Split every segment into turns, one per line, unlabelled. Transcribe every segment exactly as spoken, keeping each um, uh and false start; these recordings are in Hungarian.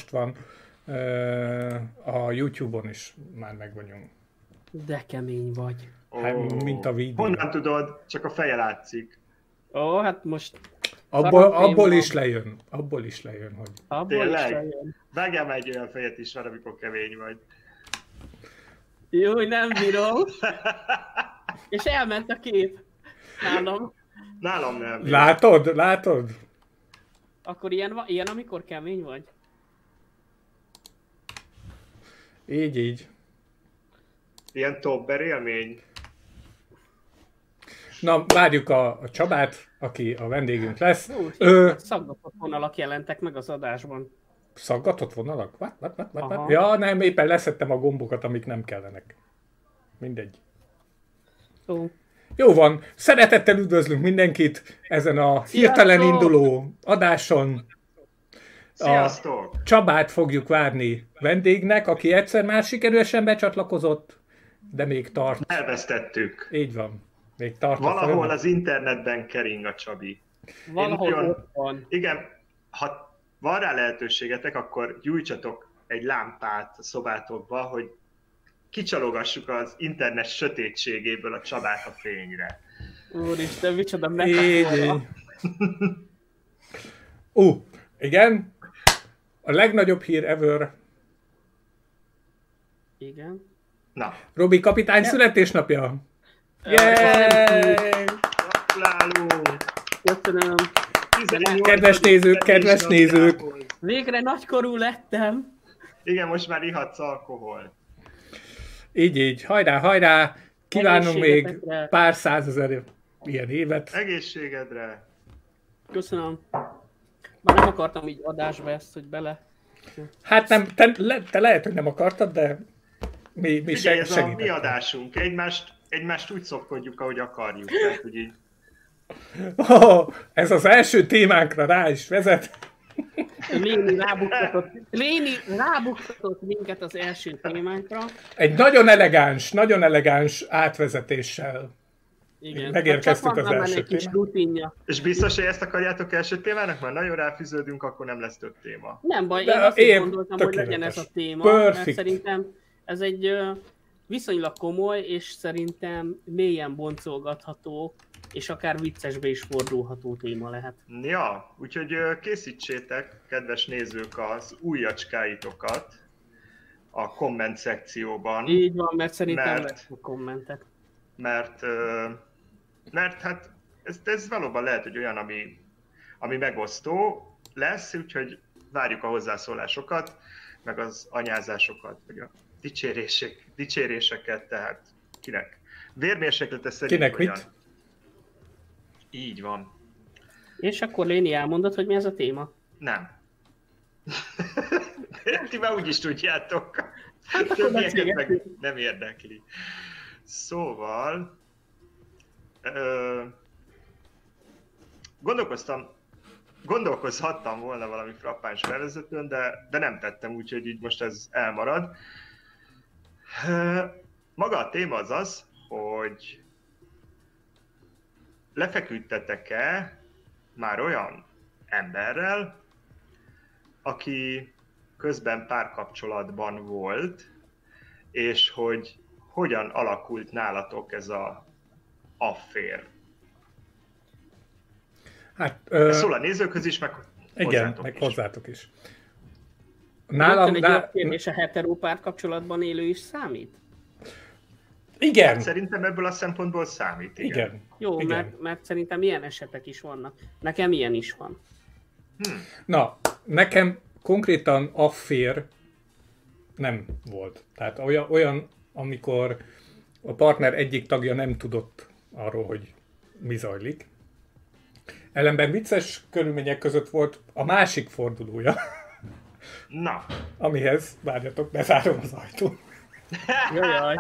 most van. A YouTube-on is már meg vagyunk.
De kemény vagy.
Hát,
oh.
mint a videó.
Honnan tudod? Csak a feje látszik.
Ó, hát most...
Abból, abból is lejön. Abból is lejön, hogy...
Abból
Tényleg?
is lejön.
Vágjál már egy olyan fejet is van, amikor kemény vagy.
Jó, nem bírom. És elment a kép. Nálam.
Nálam nem.
Látod? Látod?
Akkor ilyen, ilyen amikor kemény vagy?
Így, így.
Ilyen topper élmény.
Na, várjuk a, a Csabát, aki a vendégünk lesz.
Ó,
Ö...
Szaggatott vonalak jelentek meg az adásban.
Szaggatott vonalak? What, what, what, what, what? Ja, nem, éppen leszettem a gombokat, amik nem kellenek. Mindegy.
Ó.
Jó van, szeretettel üdvözlünk mindenkit ezen a hirtelen induló adáson.
Sziasztok!
A Csabát fogjuk várni vendégnek, aki egyszer már sikerülsen becsatlakozott, de még tart.
Elvesztettük.
Így van. Még tart.
Valahol az internetben kering a Csabi.
Valahol
nagyon...
ott van.
Igen, ha van rá lehetőségetek, akkor gyújtsatok egy lámpát a szobátokba, hogy kicsalogassuk az internet sötétségéből a Csabát a fényre.
Úristen, micsoda metaforra.
Ó, uh, igen. A legnagyobb hír ever.
Igen.
Na.
Robi kapitány ja. születésnapja.
Yay!
Gratulálunk!
Köszönöm.
Kedves nézők, kedves nézők.
Végre nagykorú lettem.
Igen, most már ihatsz alkoholt.
Így, így. Hajrá, hajrá. Kívánunk még pár százezer ilyen évet.
Egészségedre.
Köszönöm. Már nem akartam így adásba ezt, hogy bele...
Hát nem, te, le, te lehet, hogy nem akartad, de mi, mi
Figyelj, ez
segítettünk.
a mi adásunk. Egymást, egymást úgy szopkodjuk, ahogy akarjuk. Tehát, hogy így...
Oh, ez az első témánkra rá is vezet.
Léni rábuktatott, Léni rábuktatott minket az első témánkra.
Egy nagyon elegáns, nagyon elegáns átvezetéssel.
Igen.
Megérkeztünk az első
egy kis rutinja.
És biztos, hogy ezt akarjátok első témának? Már nagyon ráfűződünk, akkor nem lesz több téma.
Nem baj,
De
én azt
én
gondoltam,
tökéletes.
hogy legyen ez a téma,
Perfect.
mert szerintem ez egy uh, viszonylag komoly, és szerintem mélyen boncolgatható, és akár viccesbe is fordulható téma lehet.
Ja, úgyhogy uh, készítsétek, kedves nézők, az ujjacskáitokat a komment szekcióban.
Így van, mert szerintem
mert,
lesz a kommentek.
Mert, uh, mert hát ez, ez valóban lehet, hogy olyan, ami, ami megosztó lesz, úgyhogy várjuk a hozzászólásokat, meg az anyázásokat, vagy a dicsérések, dicséréseket, tehát kinek. Vérmérséklete szerint
Kinek
olyan.
mit?
Így van.
És akkor Léni elmondod, hogy mi ez a téma?
Nem. Ti már úgyis tudjátok.
Hát
Többieket meg nem érdekli. Szóval... Ö, gondolkoztam, gondolkozhattam volna valami frappáns felvezetőn, de, de nem tettem, úgyhogy így most ez elmarad. Ö, maga a téma az az, hogy lefeküdtetek-e már olyan emberrel, aki közben párkapcsolatban volt, és hogy hogyan alakult nálatok ez a affér.
Hát, ö...
Ez szól a nézőkhöz is, meg
igen,
hozzátok
meg
is.
hozzátok is.
Nálam, egy
ná...
kérdés, a heteró párkapcsolatban élő is számít?
Igen.
Hát szerintem ebből a szempontból számít, igen.
Igen.
Jó,
igen.
Mert, mert szerintem ilyen esetek is vannak. Nekem ilyen is van.
Hmm.
Na, nekem konkrétan affér nem volt. Tehát olyan, olyan, amikor a partner egyik tagja nem tudott arról, hogy mi zajlik. Ellenben vicces körülmények között volt a másik fordulója.
Na.
Amihez, várjatok, bezárom az ajtót.
Jajjaj.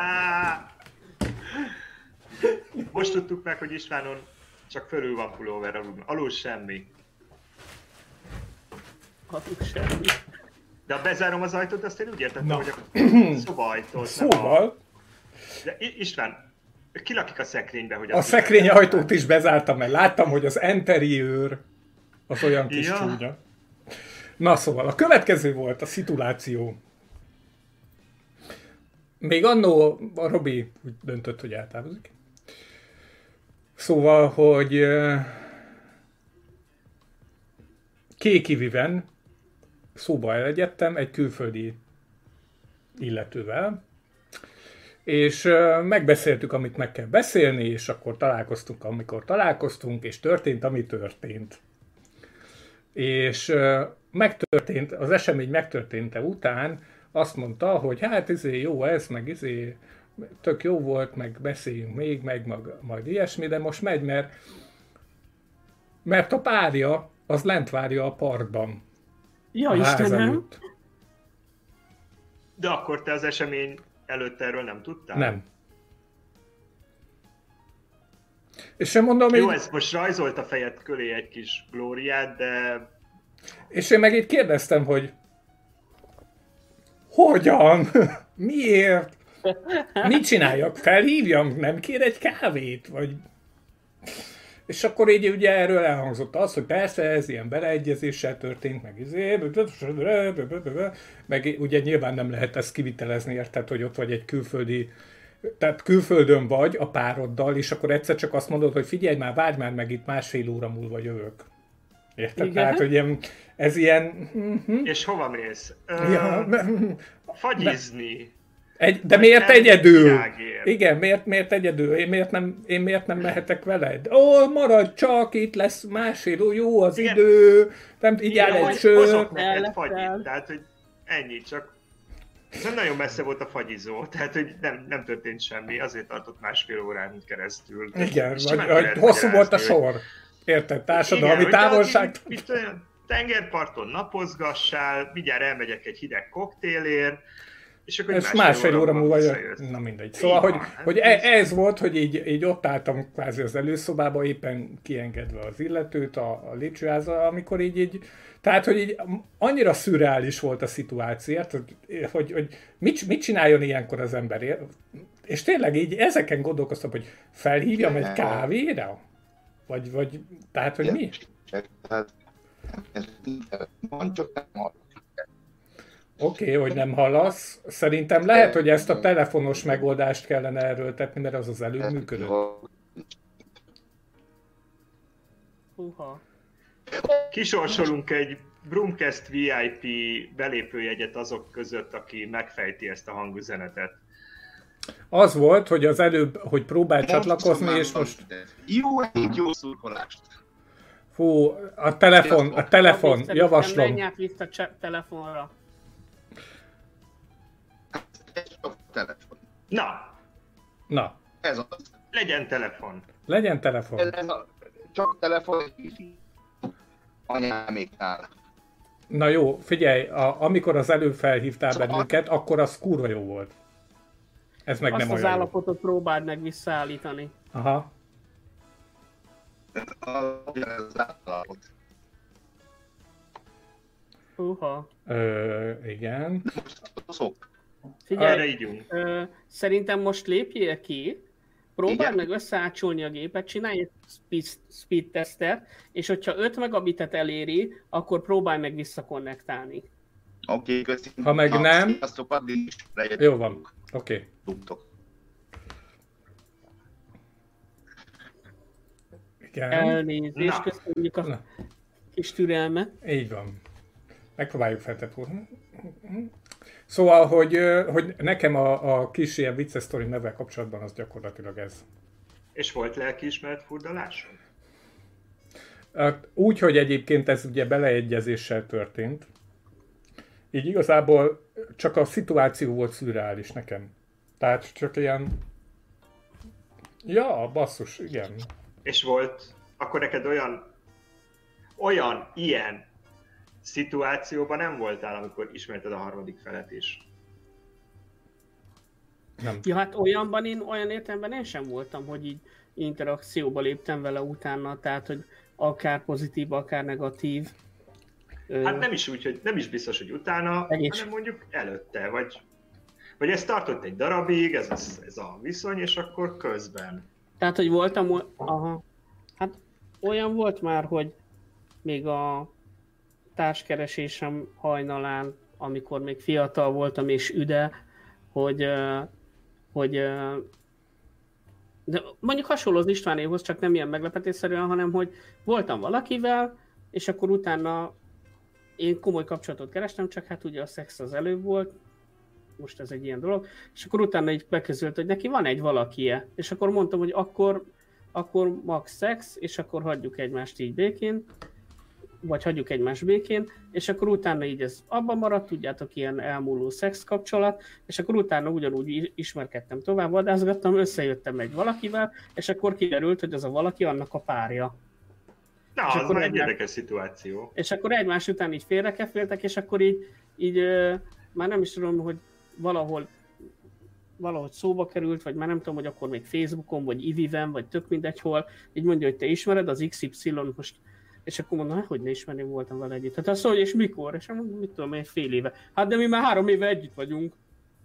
Most tudtuk meg, hogy Istvánon csak fölül van pulóver, alul, alul semmi.
Alul semmi.
De ha bezárom az ajtót, azt én úgy értettem,
Na.
hogy a szobaajtót.
Szóval...
A... De István, ki lakik a szekrénybe? Hogy
a szekrény ajtót is bezártam, mert láttam, hogy az interiőr az olyan kis
ja.
csúnya. Na szóval, a következő volt a szituáció. Még annó a Robi úgy döntött, hogy eltávozik. Szóval, hogy Kékiviven szóba elegyedtem egy külföldi illetővel, és megbeszéltük, amit meg kell beszélni, és akkor találkoztunk, amikor találkoztunk, és történt, ami történt. És megtörtént, az esemény megtörténte után azt mondta, hogy hát izé jó ez, meg izé tök jó volt, meg beszéljünk még, meg mag, majd ilyesmi, de most megy, mert, mert a párja az lent várja a parkban.
Ja, Istenem!
De akkor te az esemény előtt erről nem tudtál?
Nem. És sem mondom,
jó,
így...
ez most rajzolt a fejed köré egy kis glóriát, de...
És én meg így kérdeztem, hogy hogyan? Miért? Mit csináljak? Felhívjam? Nem kér egy kávét? Vagy... És akkor így ugye erről elhangzott az, hogy persze ez ilyen beleegyezéssel történt, meg izé, meg ugye nyilván nem lehet ezt kivitelezni, érted, hogy ott vagy egy külföldi, tehát külföldön vagy a pároddal, és akkor egyszer csak azt mondod, hogy figyelj már, várj már meg, itt másfél óra múlva jövök. Érted? Igen. Tehát, hogy ilyen, ez ilyen...
És hova mész?
Ja,
fagyizni.
Egy, de miért egyedül? Igen, miért, miért egyedül? Én miért, nem, én miért nem mehetek veled? Ó, maradj csak, itt lesz másfél, jó az igen. idő, nem így áll egy sör.
Hozok neked fagyit, tehát hogy ennyi, csak nem nagyon messze volt a fagyizó, tehát hogy nem, nem történt semmi, azért tartott másfél órán keresztül.
Igen, vagy, vagy hosszú volt a sor. Érted? Társadalmi igen, távolság.
Itt olyan tengerparton napozgassál, mindjárt elmegyek egy hideg koktélért, és akkor
és másfél óra múlva jött. Na mindegy. Szóval, hogy, hogy ez volt, hogy így, így ott álltam kvázi az előszobába, éppen kiengedve az illetőt a, a lépcsőházra, amikor így, így, tehát, hogy így annyira szürreális volt a szituáció, hogy, hogy, hogy mit, mit csináljon ilyenkor az ember. És tényleg így ezeken gondolkoztam, hogy felhívjam egy kávéra? Vagy, vagy, tehát, hogy mi? Oké, okay, hogy nem hallasz. Szerintem lehet, hogy ezt a telefonos megoldást kellene erőltetni, mert az az előbb működött.
Húha.
Kisorsolunk egy Brumcast vé i pé belépőjegyet azok között, aki megfejti ezt a hangüzenetet.
Az volt, hogy az előbb, hogy próbálj csatlakozni, és most...
Jó, egy jó szurkolást.
Fú, a telefon, a telefon, javaslom.
Menj vissza a telefonra.
Telefon.
Na!
Na.
Ez az.
Legyen telefon.
Legyen telefon.
Ez a, csak telefon anyáméknál.
Na jó, figyelj, a, amikor az előbb felhívtál szóval bennünket, akkor az kurva jó volt. Ez meg
azt
nem
az
olyan
állapotot
jó.
próbáld meg visszaállítani.
Aha.
Az állapot.
Húha.
Ö, igen.
Szok.
Figyelj, ö, szerintem most lépjél ki, próbáld igen. meg összeácsolni a gépet, csinálj egy speed, speed testet, és hogyha öt megabitet eléri, akkor próbálj meg visszakonnektálni.
Oké, okay, köszönöm.
Ha meg ha, nem, jó van, oké. Okay.
Elnézést, köszönjük a Na. kis türelmet.
Így van. Megpróbáljuk feltetni. Szóval, hogy, hogy nekem a, a kis ilyen vicces sztori nevel kapcsolatban az gyakorlatilag ez.
És volt lelkiismeret furdalás?
Úgy, hogy egyébként ez ugye beleegyezéssel történt. Így igazából csak a szituáció volt szürreális nekem. Tehát csak ilyen... Ja, basszus, igen.
És volt, akkor neked olyan, olyan, ilyen szituációban nem voltál, amikor ismerted a harmadik felet is?
Nem.
Ja, hát olyanban én, olyan értelemben én sem voltam, hogy így interakcióba léptem vele utána, tehát, hogy akár pozitív, akár negatív.
Hát nem is úgy, hogy nem is biztos, hogy utána, Egész. hanem mondjuk előtte, vagy, vagy ez tartott egy darabig, ez, ez, ez a viszony, és akkor közben.
Tehát, hogy voltam, aha, hát olyan volt már, hogy még a társkeresésem hajnalán, amikor még fiatal voltam és üde, hogy, hogy de mondjuk hasonló az Istvánéhoz, csak nem ilyen meglepetésszerűen, hanem hogy voltam valakivel, és akkor utána én komoly kapcsolatot kerestem, csak hát ugye a szex az előbb volt, most ez egy ilyen dolog, és akkor utána így bekezült, hogy neki van egy valakie, és akkor mondtam, hogy akkor, akkor max szex, és akkor hagyjuk egymást így békén, vagy hagyjuk egymást békén, és akkor utána így ez abban maradt, tudjátok, ilyen elmúló szex kapcsolat, és akkor utána ugyanúgy ismerkedtem tovább, vadászgattam, összejöttem egy valakivel, és akkor kiderült, hogy az a valaki annak a párja.
Na,
és
az
akkor
már egy
egymás...
érdekes szituáció.
És akkor egymás után így félrekeféltek, és akkor így, így ö, már nem is tudom, hogy valahol valahogy szóba került, vagy már nem tudom, hogy akkor még Facebookon, vagy Iviven, vagy tök mindegy hol, így mondja, hogy te ismered az iksz ipszilon most, és akkor mondom, hogy ne ismerném, voltam vele együtt. Hát azt mondja, és mikor? És mondom, mit tudom én, fél éve. Hát de mi már három éve együtt vagyunk.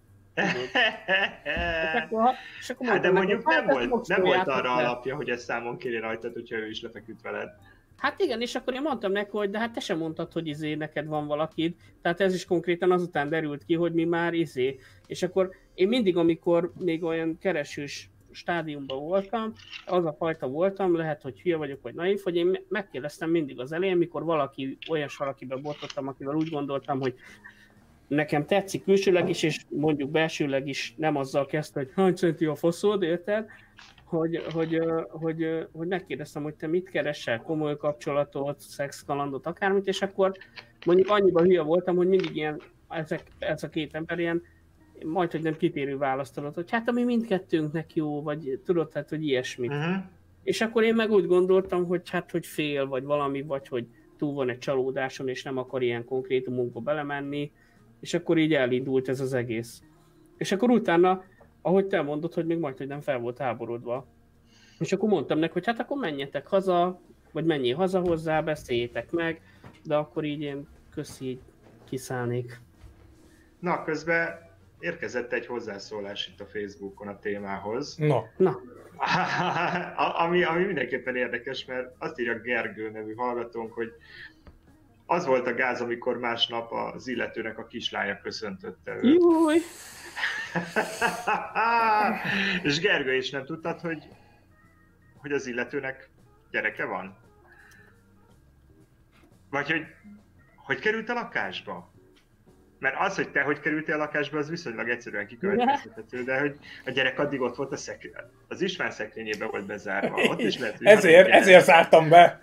és akkor, és akkor
hát de mondjuk
neki,
nem,
hát
volt, nem volt arra
le.
alapja, hogy ezt számon kéri rajtad, hogyha ő is lefeküdt veled.
Hát igen, és akkor én mondtam neki, hogy de hát te sem mondtad, hogy izé neked van valakid. Tehát ez is konkrétan azután derült ki, hogy mi már izé. És akkor én mindig, amikor még olyan keresős stádiumban voltam, az a fajta voltam, lehet, hogy hülye vagyok, vagy naív, hogy én megkérdeztem mindig az elején, mikor valaki, olyas valakiben botlottam, akivel úgy gondoltam, hogy nekem tetszik külsőleg is, és mondjuk belsőleg is nem azzal kezdte, hogy hány centi a faszod, érted? Hogy, hogy, hogy, hogy megkérdeztem, hogy te mit keresel, komoly kapcsolatot, szexkalandot, akármit, és akkor mondjuk annyiban hülye voltam, hogy mindig ilyen, ezek, ez a két ember ilyen, majd, hogy nem kitérő választ adott, hogy hát ami mindkettőnknek jó, vagy tudod, tehát, hogy ilyesmit. Uh-huh. És akkor én meg úgy gondoltam, hogy hát, hogy fél, vagy valami, vagy hogy túl van egy csalódáson, és nem akar ilyen konkrétumokba belemenni, és akkor így elindult ez az egész. És akkor utána, ahogy te mondod, hogy még majd, hogy nem fel volt háborodva. És akkor mondtam neki, hogy hát akkor menjetek haza, vagy menjél haza hozzá, beszéljétek meg, de akkor így én köszi, így kiszállnék.
Na, közben érkezett egy hozzászólás itt a Facebookon a témához.
Na.
Na.
ami, ami mindenképpen érdekes, mert azt írja Gergő nevű hallgatónk, hogy az volt a gáz, amikor másnap az illetőnek a kislánya köszöntötte őt.
Júj!
És Gergő is nem tudtad, hogy, hogy az illetőnek gyereke van? Vagy hogy hogy került a lakásba? Mert az, hogy te hogy kerültél a lakásba, az viszonylag egyszerűen kikövetkeztethető, de hogy a gyerek addig ott volt a szekrény, az István szekrényébe volt bezárva. Ott is lehet,
ezért, ezért zártam be.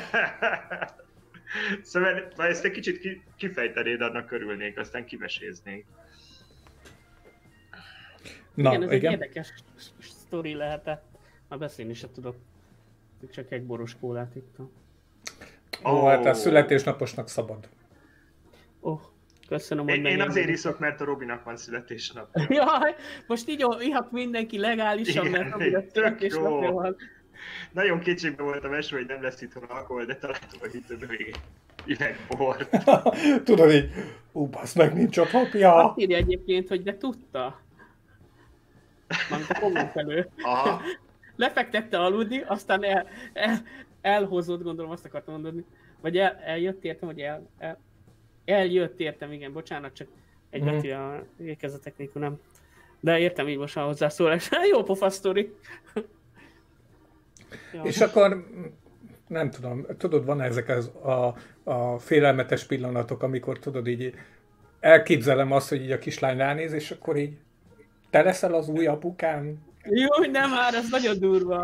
Szóval, ha ezt egy kicsit kifejtenéd, annak örülnék, aztán kiveséznénk.
Na, igen, ez igen. Egy érdekes sztori lehetett. Már beszélni se tudok. Csak egy boros kólát ittam.
Ó, oh, hát a születésnaposnak szabad.
Ó, oh, köszönöm,
hogy én, én azért iszok, mert a Robinak van születésnapja.
Jaj, most így ihat mindenki legálisan, igen, mert Robinak születésnapja van.
Nagyon kétségbe voltam esve, hogy nem lesz itthon alkohol, de találtam a hitőből még egy üvegbort.
Tudod így, ú, basz meg, nincs ott hopja.
Azt írja egyébként, hogy de tudta. Mármint a kommentelő.
Aha.
Lefektette aludni, aztán el, el, elhozott, gondolom azt akartam mondani. Vagy el, eljött, értem, hogy el, el, eljött, értem, igen, bocsánat, csak egy mm. betű a ékezetek nélkül nem. De értem így most a hozzászólás. Jó pofa sztori.
Ja. És akkor, nem tudom, tudod, van ezek az a, a félelmetes pillanatok, amikor tudod így, elképzelem azt, hogy így a kislány ránéz, és akkor így, te leszel az új apukám?
Jó, nem már, ez nagyon durva.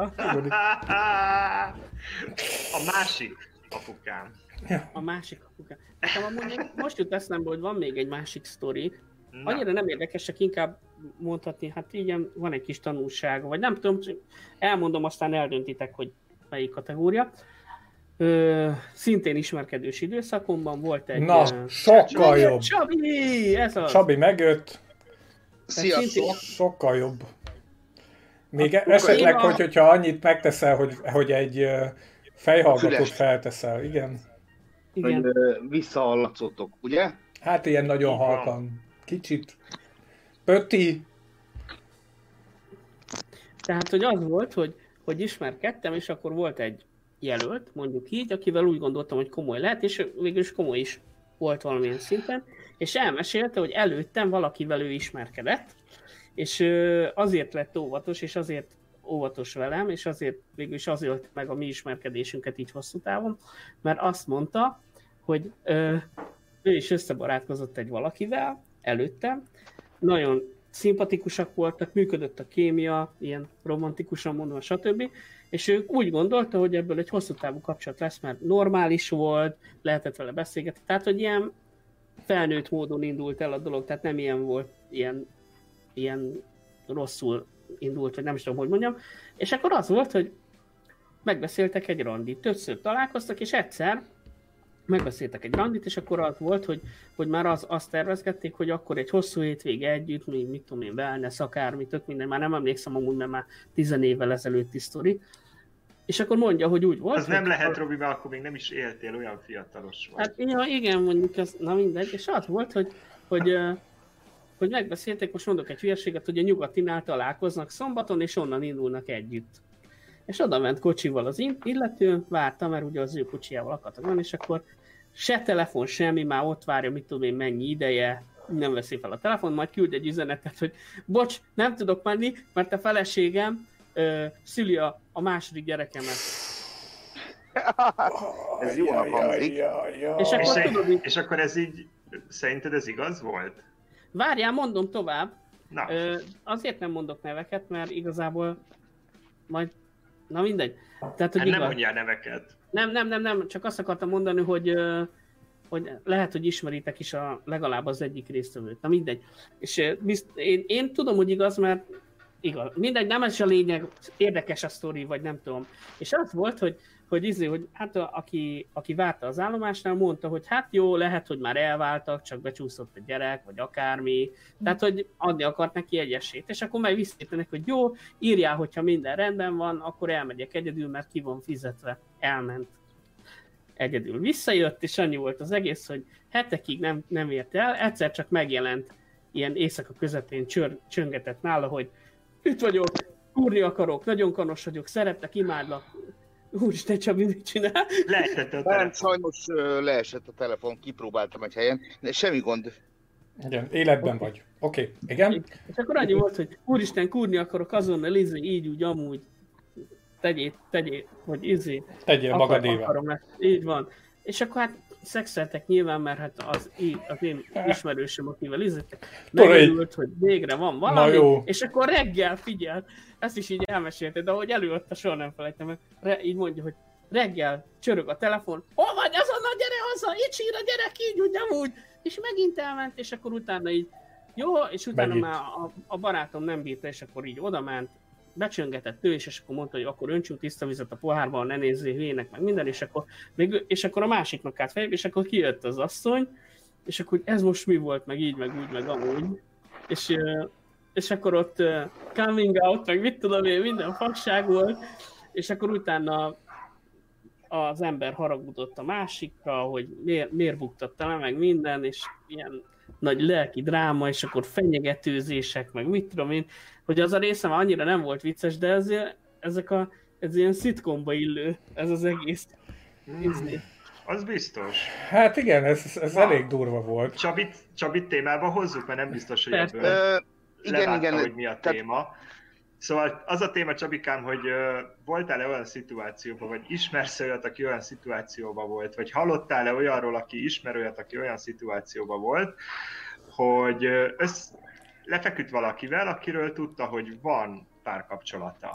A másik apukám.
A másik apukám. Nekem amúgy most jut eszembe, hogy van még egy másik sztori. Annyira nem érdekes, csak inkább mondhatni, hát igen, van egy kis tanulság, vagy nem tudom, elmondom, aztán eldöntitek, hogy melyik kategória. Ö, szintén ismerkedős időszakomban volt egy...
Na, uh, sokkal Csabi, jobb!
Csabi! Ez az!
Csabi megjött.
Sziasztok!
Szintén...
Sokkal jobb. Még a, esetleg, a... hogy, hogyha annyit megteszel, hogy, hogy egy fejhallgatót felteszel, igen.
Igen.
Hogy visszahallatszotok, ugye?
Hát ilyen nagyon halkan. Kicsit. Pötti.
Tehát, hogy az volt, hogy, hogy ismerkedtem, és akkor volt egy jelölt, mondjuk így, akivel úgy gondoltam, hogy komoly lehet, és végül is komoly is volt valamilyen szinten, és elmesélte, hogy előttem valakivel ő ismerkedett, és azért lett óvatos, és azért óvatos velem, és azért végül is azért ölt meg a mi ismerkedésünket így hosszú távon, mert azt mondta, hogy ö, ő is összebarátkozott egy valakivel előttem, nagyon szimpatikusak voltak, működött a kémia, ilyen romantikusan mondva, stb. És ő úgy gondolta, hogy ebből egy hosszú távú kapcsolat lesz, mert normális volt, lehetett vele beszélgetni, tehát hogy ilyen felnőtt módon indult el a dolog, tehát nem ilyen volt, ilyen, ilyen rosszul indult, vagy nem is tudom, hogy mondjam. És akkor az volt, hogy megbeszéltek egy randit, többször találkoztak, és egyszer megbeszéltek egy randit, és akkor az volt, hogy, hogy már az, azt tervezgették, hogy akkor egy hosszú hétvége együtt, még mit tudom én, wellness, akármi, tök minden, már nem emlékszem amúgy, mert már tizen évvel ezelőtti sztori. És akkor mondja, hogy úgy volt.
Az nem lehet,
a...
Robi, mert akkor még nem is éltél, olyan fiatalos vagy.
Hát ja, igen, mondjuk, ez, na mindegy, és az volt, hogy, hogy, hogy megbeszélték, most mondok egy hülyeséget, hogy a Nyugatinál találkoznak szombaton, és onnan indulnak együtt. És oda ment kocsival az illető, várta, mert ugye az ő kocsijával akartak menni, és akkor se telefon, semmi, már ott várja, mit tudom én, mennyi ideje, nem veszi fel a telefon, majd küld egy üzenetet, hogy bocs, nem tudok menni, mert a feleségem ö, szüli a, a második gyerekemet.
Ez jónak hangzik.
És
És,
akkor tudod, így,
és akkor ez így, szerinted ez igaz volt?
várjál, mondom tovább.
Na.
Ö, azért nem mondok neveket, mert igazából majd, na mindegy. Tehát, hogy
Hát nem
igaz.
mondjál neveket.
Nem, nem, nem, nem, csak azt akartam mondani, hogy, ö, hogy lehet, hogy ismeritek is a, legalább az egyik résztvevőt. Na mindegy. És ö, bizt, én, én tudom, hogy igaz, mert igaz. Mindegy, nem ez a lényeg, érdekes a sztori, vagy nem tudom. És az volt, hogy, hogy, izé, hogy hát a, aki, aki várta az állomásnál, mondta, hogy hát jó, lehet, hogy már elváltak, csak becsúszott a gyerek, vagy akármi. Tehát, hogy adni akart neki egy esélyt. És akkor meg visszaítenek, hogy jó, írjál, hogyha minden rendben van, akkor elmegyek egyedül, mert ki van fizetve. Elment. Egyedül visszajött, és annyi volt az egész, hogy hetekig nem, nem ért el, egyszer csak megjelent ilyen éjszaka közepén csör, csöngetett nála, hogy itt vagyok, kurni akarok, nagyon kanos vagyok, szeretlek, imádlak. Úristen, Csabi, mit csinál?
Leesett a
Nem,
telefon.
sajnos ö, leesett a telefon, kipróbáltam egy helyen, de semmi gond.
Igen, életben vagy. Oké, okay. Igen?
És akkor annyi volt, hogy úristen, kurni akarok, azonnal izé, így úgy, amúgy, tegyél, tegyél, hogy izé.
Tegyél
akar,
magadével.
akarom ezt. Így van. És akkor hát szexeltek nyilván, mert hát az, az én ismerősöm, akivel izétek, megörült, hogy végre van valami, és akkor reggel figyel, ezt is így elmesélte, de ahogy előadta, soha nem felejtem meg, Re, így mondja, hogy reggel csörög a telefon, hol vagy, azonnal gyere haza, így sír a gyerek, így úgy, amúgy, és megint elment, és akkor utána így, jó, és utána
Megint.
már a, a barátom nem bírta, és akkor így odament, becsöngetett ő is, és akkor mondta, hogy akkor öntsünk tiszta vizet a pohárban, ne nézzél hülyének, meg minden, és akkor, még, és akkor a másiknak állt fejbe, és akkor kijött az asszony, és akkor hogy ez most mi volt, meg így, meg úgy, meg amúgy. És, és akkor ott coming out, meg mit tudom én, minden fasság volt, és akkor utána az ember haragudott a másikra, hogy miért, miért buktatta le, meg minden, és ilyen nagy lelki dráma, és akkor fenyegetőzések, meg mit tudom én, hogy az a részem annyira nem volt vicces, de ezért, ezek a, ez ilyen szitkomba illő, ez az egész.
Mm, az biztos.
Hát igen, ez, ez elég durva volt.
Csabit, Csabit témába hozzuk, mert nem biztos, hogy
Persze.
ebből
Ö, igen,
levágta,
igen.
hogy mi a
tehát-
téma. Szóval az a téma, Csabikám, hogy uh, voltál-e olyan szituációban, vagy ismersz olyat, aki olyan szituációban volt, vagy hallottál-e olyanról, aki ismer olyat, aki olyan szituációban volt, hogy uh, össz, lefeküdt valakivel, akiről tudta, hogy van párkapcsolata.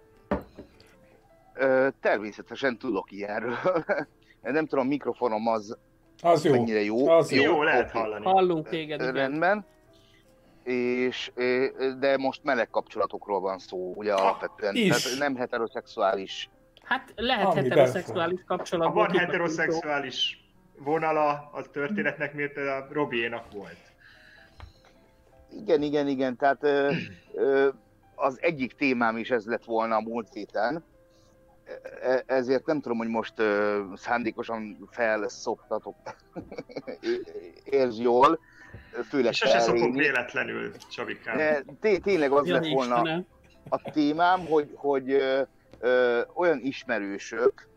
Ö, természetesen tudok ilyenről. Nem tudom, mikrofonom az
Az jó.
mennyire jó.
Az jó.
Jó, lehet
oké.
hallani.
Hallunk téged, igen.
Rendben. És, ö, de most meleg kapcsolatokról van szó, ugye alapvetően.
is.
Tehát nem heteroszexuális.
Hát lehet
Ami
heteroszexuális
Ha
kapcsolatban.
van
kikapcsoló.
heteroszexuális vonala a történetnek, miért a Robiénak volt?
Igen, igen, igen. Tehát ö, ö, az egyik témám is ez lett volna a múlt héten. E- ezért nem tudom, hogy most ö, szándékosan felszoptatok. Értsd jól. Főleg
Sose szokok
felrégni.
véletlenül, Csabikám.
De té- tényleg az
Ja,
lett volna
Istenem.
a témám, hogy, hogy ö, ö, olyan ismerősök,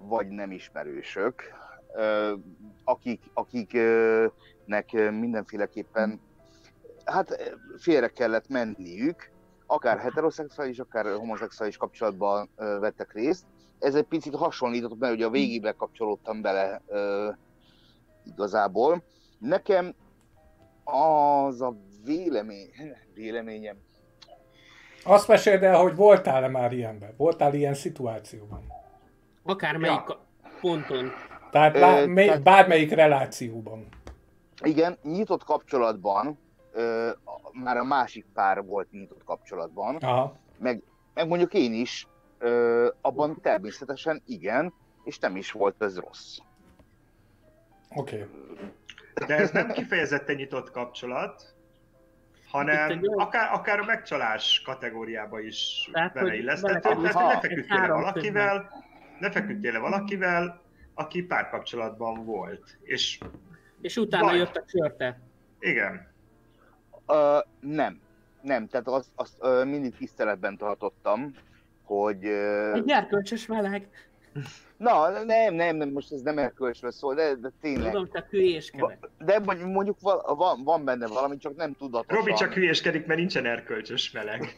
vagy nem ismerősök, akik, akiknek mindenféleképpen hát félre kellett menniük, akár heteroszexuális, akár homoszexuális kapcsolatban vettek részt. Ez egy picit hasonlított, mert ugye a végébe kapcsolódtam bele igazából. Nekem az a vélemény, véleményem.
Azt meséld el, hogy voltál-e már ilyenben? Voltál ilyen szituációban?
Akármelyik ja. ponton.
Tehát, bár, Ö, tehát bármelyik relációban.
Igen, nyitott kapcsolatban, ö, már a másik pár volt nyitott kapcsolatban,
Aha.
Meg, meg mondjuk én is, ö, abban természetesen igen, és nem is volt ez rossz.
Oké. Okay.
De ez nem kifejezetten nyitott kapcsolat, hanem akár, akár a megcsalás kategóriába is beleilleszthető. Tehát, hogy lefeküdtél valakivel, lefeküdtél valakivel, aki párkapcsolatban volt. És,
és utána vagy... jött a csörte.
Igen.
Uh, nem. Nem, tehát azt, azt uh, mindig tiszteletben tartottam, hogy... Uh...
Egy gyerkölcsös meleg.
Na, nem, nem, nem, most ez nem erkölcsről szól, de, de tényleg.
Tudom, csak hülyéskedek.
De mondjuk van, van benne valami, csak nem tudatosan.
Robi csak hülyéskedik, mert nincsen erkölcsös meleg.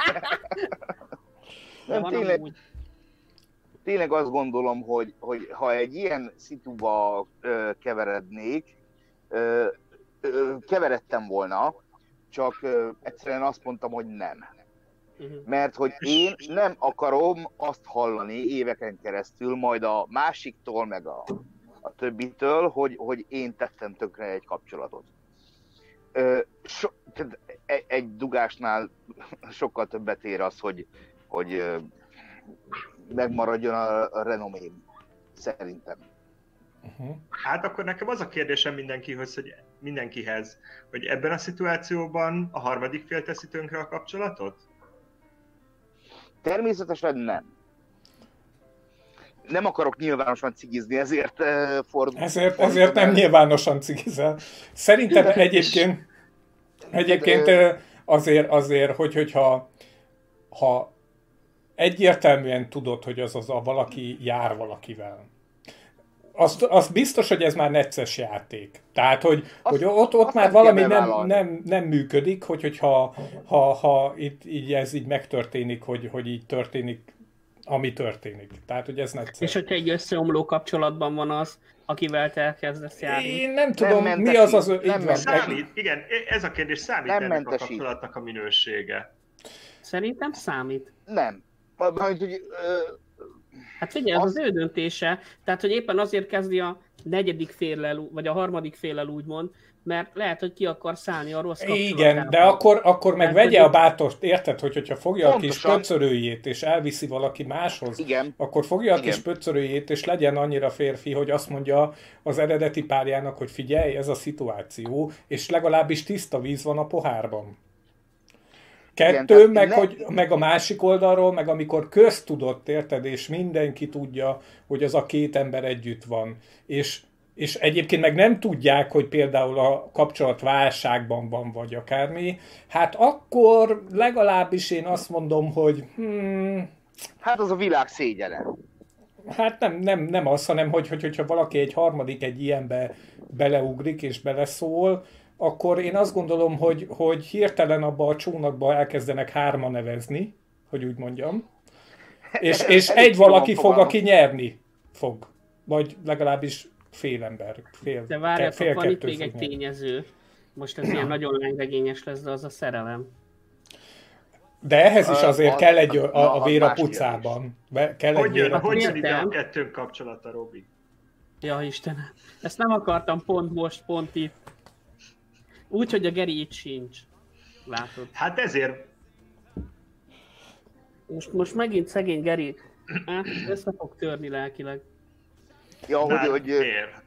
Nem, tényleg, tényleg azt gondolom, hogy, hogy ha egy ilyen szituba ö, keverednék, ö, ö, keveredtem volna, csak ö, egyszerűen azt mondtam, hogy nem. Mert hogy én nem akarom azt hallani éveken keresztül, majd a másiktól, meg a, a többitől, hogy, hogy én tettem tönkre egy kapcsolatot. Ö, so, egy, egy dugásnál sokkal többet ér az, hogy, hogy megmaradjon a, a renomém, szerintem.
Uh-huh. Hát akkor nekem az a kérdésem mindenkihoz, hogy mindenkihez, hogy ebben a szituációban a harmadik fél teszi tönkre a kapcsolatot?
Természetesen nem. Nem akarok nyilvánosan cigizni, ezért uh, fordul.
Ezért, ezért nem nyilvánosan cigizel. Szerintem egyébként, egyébként azért, azért hogy, hogyha ha egyértelműen tudod, hogy az az a valaki jár valakivel, azt, azt biztos, hogy ez már necces játék. Tehát, hogy, azt, hogy ott, ott már valami nem, nem, nem működik, hogy, hogyha ha, ha itt így ez így megtörténik, hogy, hogy így történik, ami történik. Tehát, hogy ez necces.
És hogyha egy összeomló kapcsolatban van az, akivel te elkezdesz járni?
Én nem tudom, nem mi az az...
Nem van, számít, igen, ez a kérdés, számít nem ennek mentesít. A kapcsolatnak a minősége?
Szerintem számít.
Nem. Majd, hogy... Uh...
Hát figyelj, ez az ő döntése, tehát hogy éppen azért kezdi a negyedik féllel, vagy a harmadik féllel úgymond, mert lehet, hogy ki akar szállni a rossz kapcsolatában.
Igen, de akkor, akkor meg vegye a bátort, érted, hogy hogyha fogja pontosan a kis pöcörőjét és elviszi valaki máshoz,
igen,
akkor fogja a
igen.
kis pöcörőjét és legyen annyira férfi, hogy azt mondja az eredeti párjának, hogy figyelj, ez a szituáció, és legalábbis tiszta víz van a pohárban. Kettő, igen, meg, ne... hogy, meg a másik oldalról, meg amikor köztudott, érted, és mindenki tudja, hogy az a két ember együtt van, és, és egyébként meg nem tudják, hogy például a kapcsolat válságban van, vagy akármi, hát akkor legalábbis én azt mondom, hogy... Hmm,
hát az a világ szégyene.
Hát nem, nem, nem az, hanem hogy, hogy, hogyha valaki egy harmadik egy ilyenbe beleugrik és beleszól, akkor én azt gondolom, hogy, hogy hirtelen abba a csónakba elkezdenek hárma nevezni, hogy úgy mondjam, és, és egy valaki fog, aki nyerni fog. Vagy legalábbis fél ember. Fél,
de várjátok, van itt még egy nyerni. Tényező. Most ez ilyen nagyon lángregényes lesz, de az a szerelem.
De ehhez is azért a, kell egy a, a, a vér a pucában. Kell
hogy jön, hogy jön ide a kettőnk kapcsolata, Robi?
Ja, Istenem. Ezt nem akartam pont most, pont itt. Úgy, hogy a Geri itt sincs. Látod.
Hát ezért.
Most, most megint szegény Geri hát, össze fog törni lelkileg.
Ja, hogy, hogy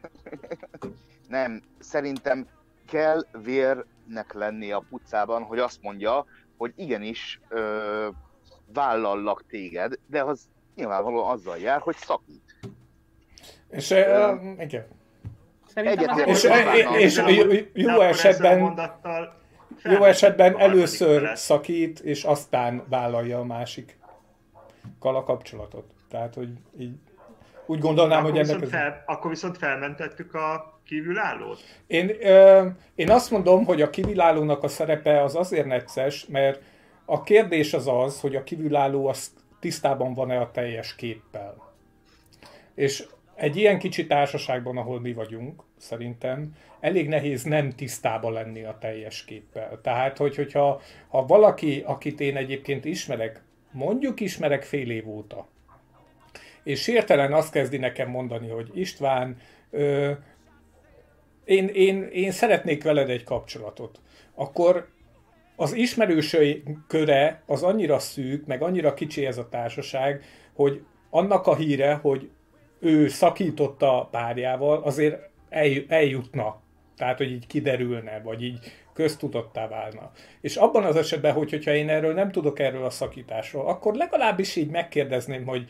nem, szerintem kell vérnek lenni a pucában, hogy azt mondja, hogy igenis ö, vállalak téged, de az nyilvánvalóan azzal jár, hogy szakít.
És ö, igen.
Egyetlen,
és, és, és jó esetben, jó esetben először szakít, és aztán vállalja a másik kala kapcsolatot. Tehát, hogy így úgy gondolnám,
akkor
hogy ennek...
Viszont
Ez...
fel, akkor viszont felmentettük a kívülállót?
Én, ö, én azt mondom, hogy a kívülállónak a szerepe az azért necces, mert a kérdés az az, hogy a kívülálló az tisztában van-e a teljes képpel. És egy ilyen kicsi társaságban, ahol mi vagyunk, szerintem elég nehéz nem tisztában lenni a teljes képpel. Tehát, hogy, hogyha ha valaki, akit én egyébként ismerek, mondjuk ismerek fél év óta, és hirtelen azt kezdi nekem mondani, hogy István, ö, én, én, én szeretnék veled egy kapcsolatot, akkor az ismerősöi köre az annyira szűk, meg annyira kicsi ez a társaság, hogy annak a híre, hogy ő szakította párjával, azért eljutna. Tehát, hogy így kiderülne, vagy így köztudattá válna. És abban az esetben, hogy, hogyha én erről nem tudok erről a szakításról, akkor legalábbis így megkérdezném, hogy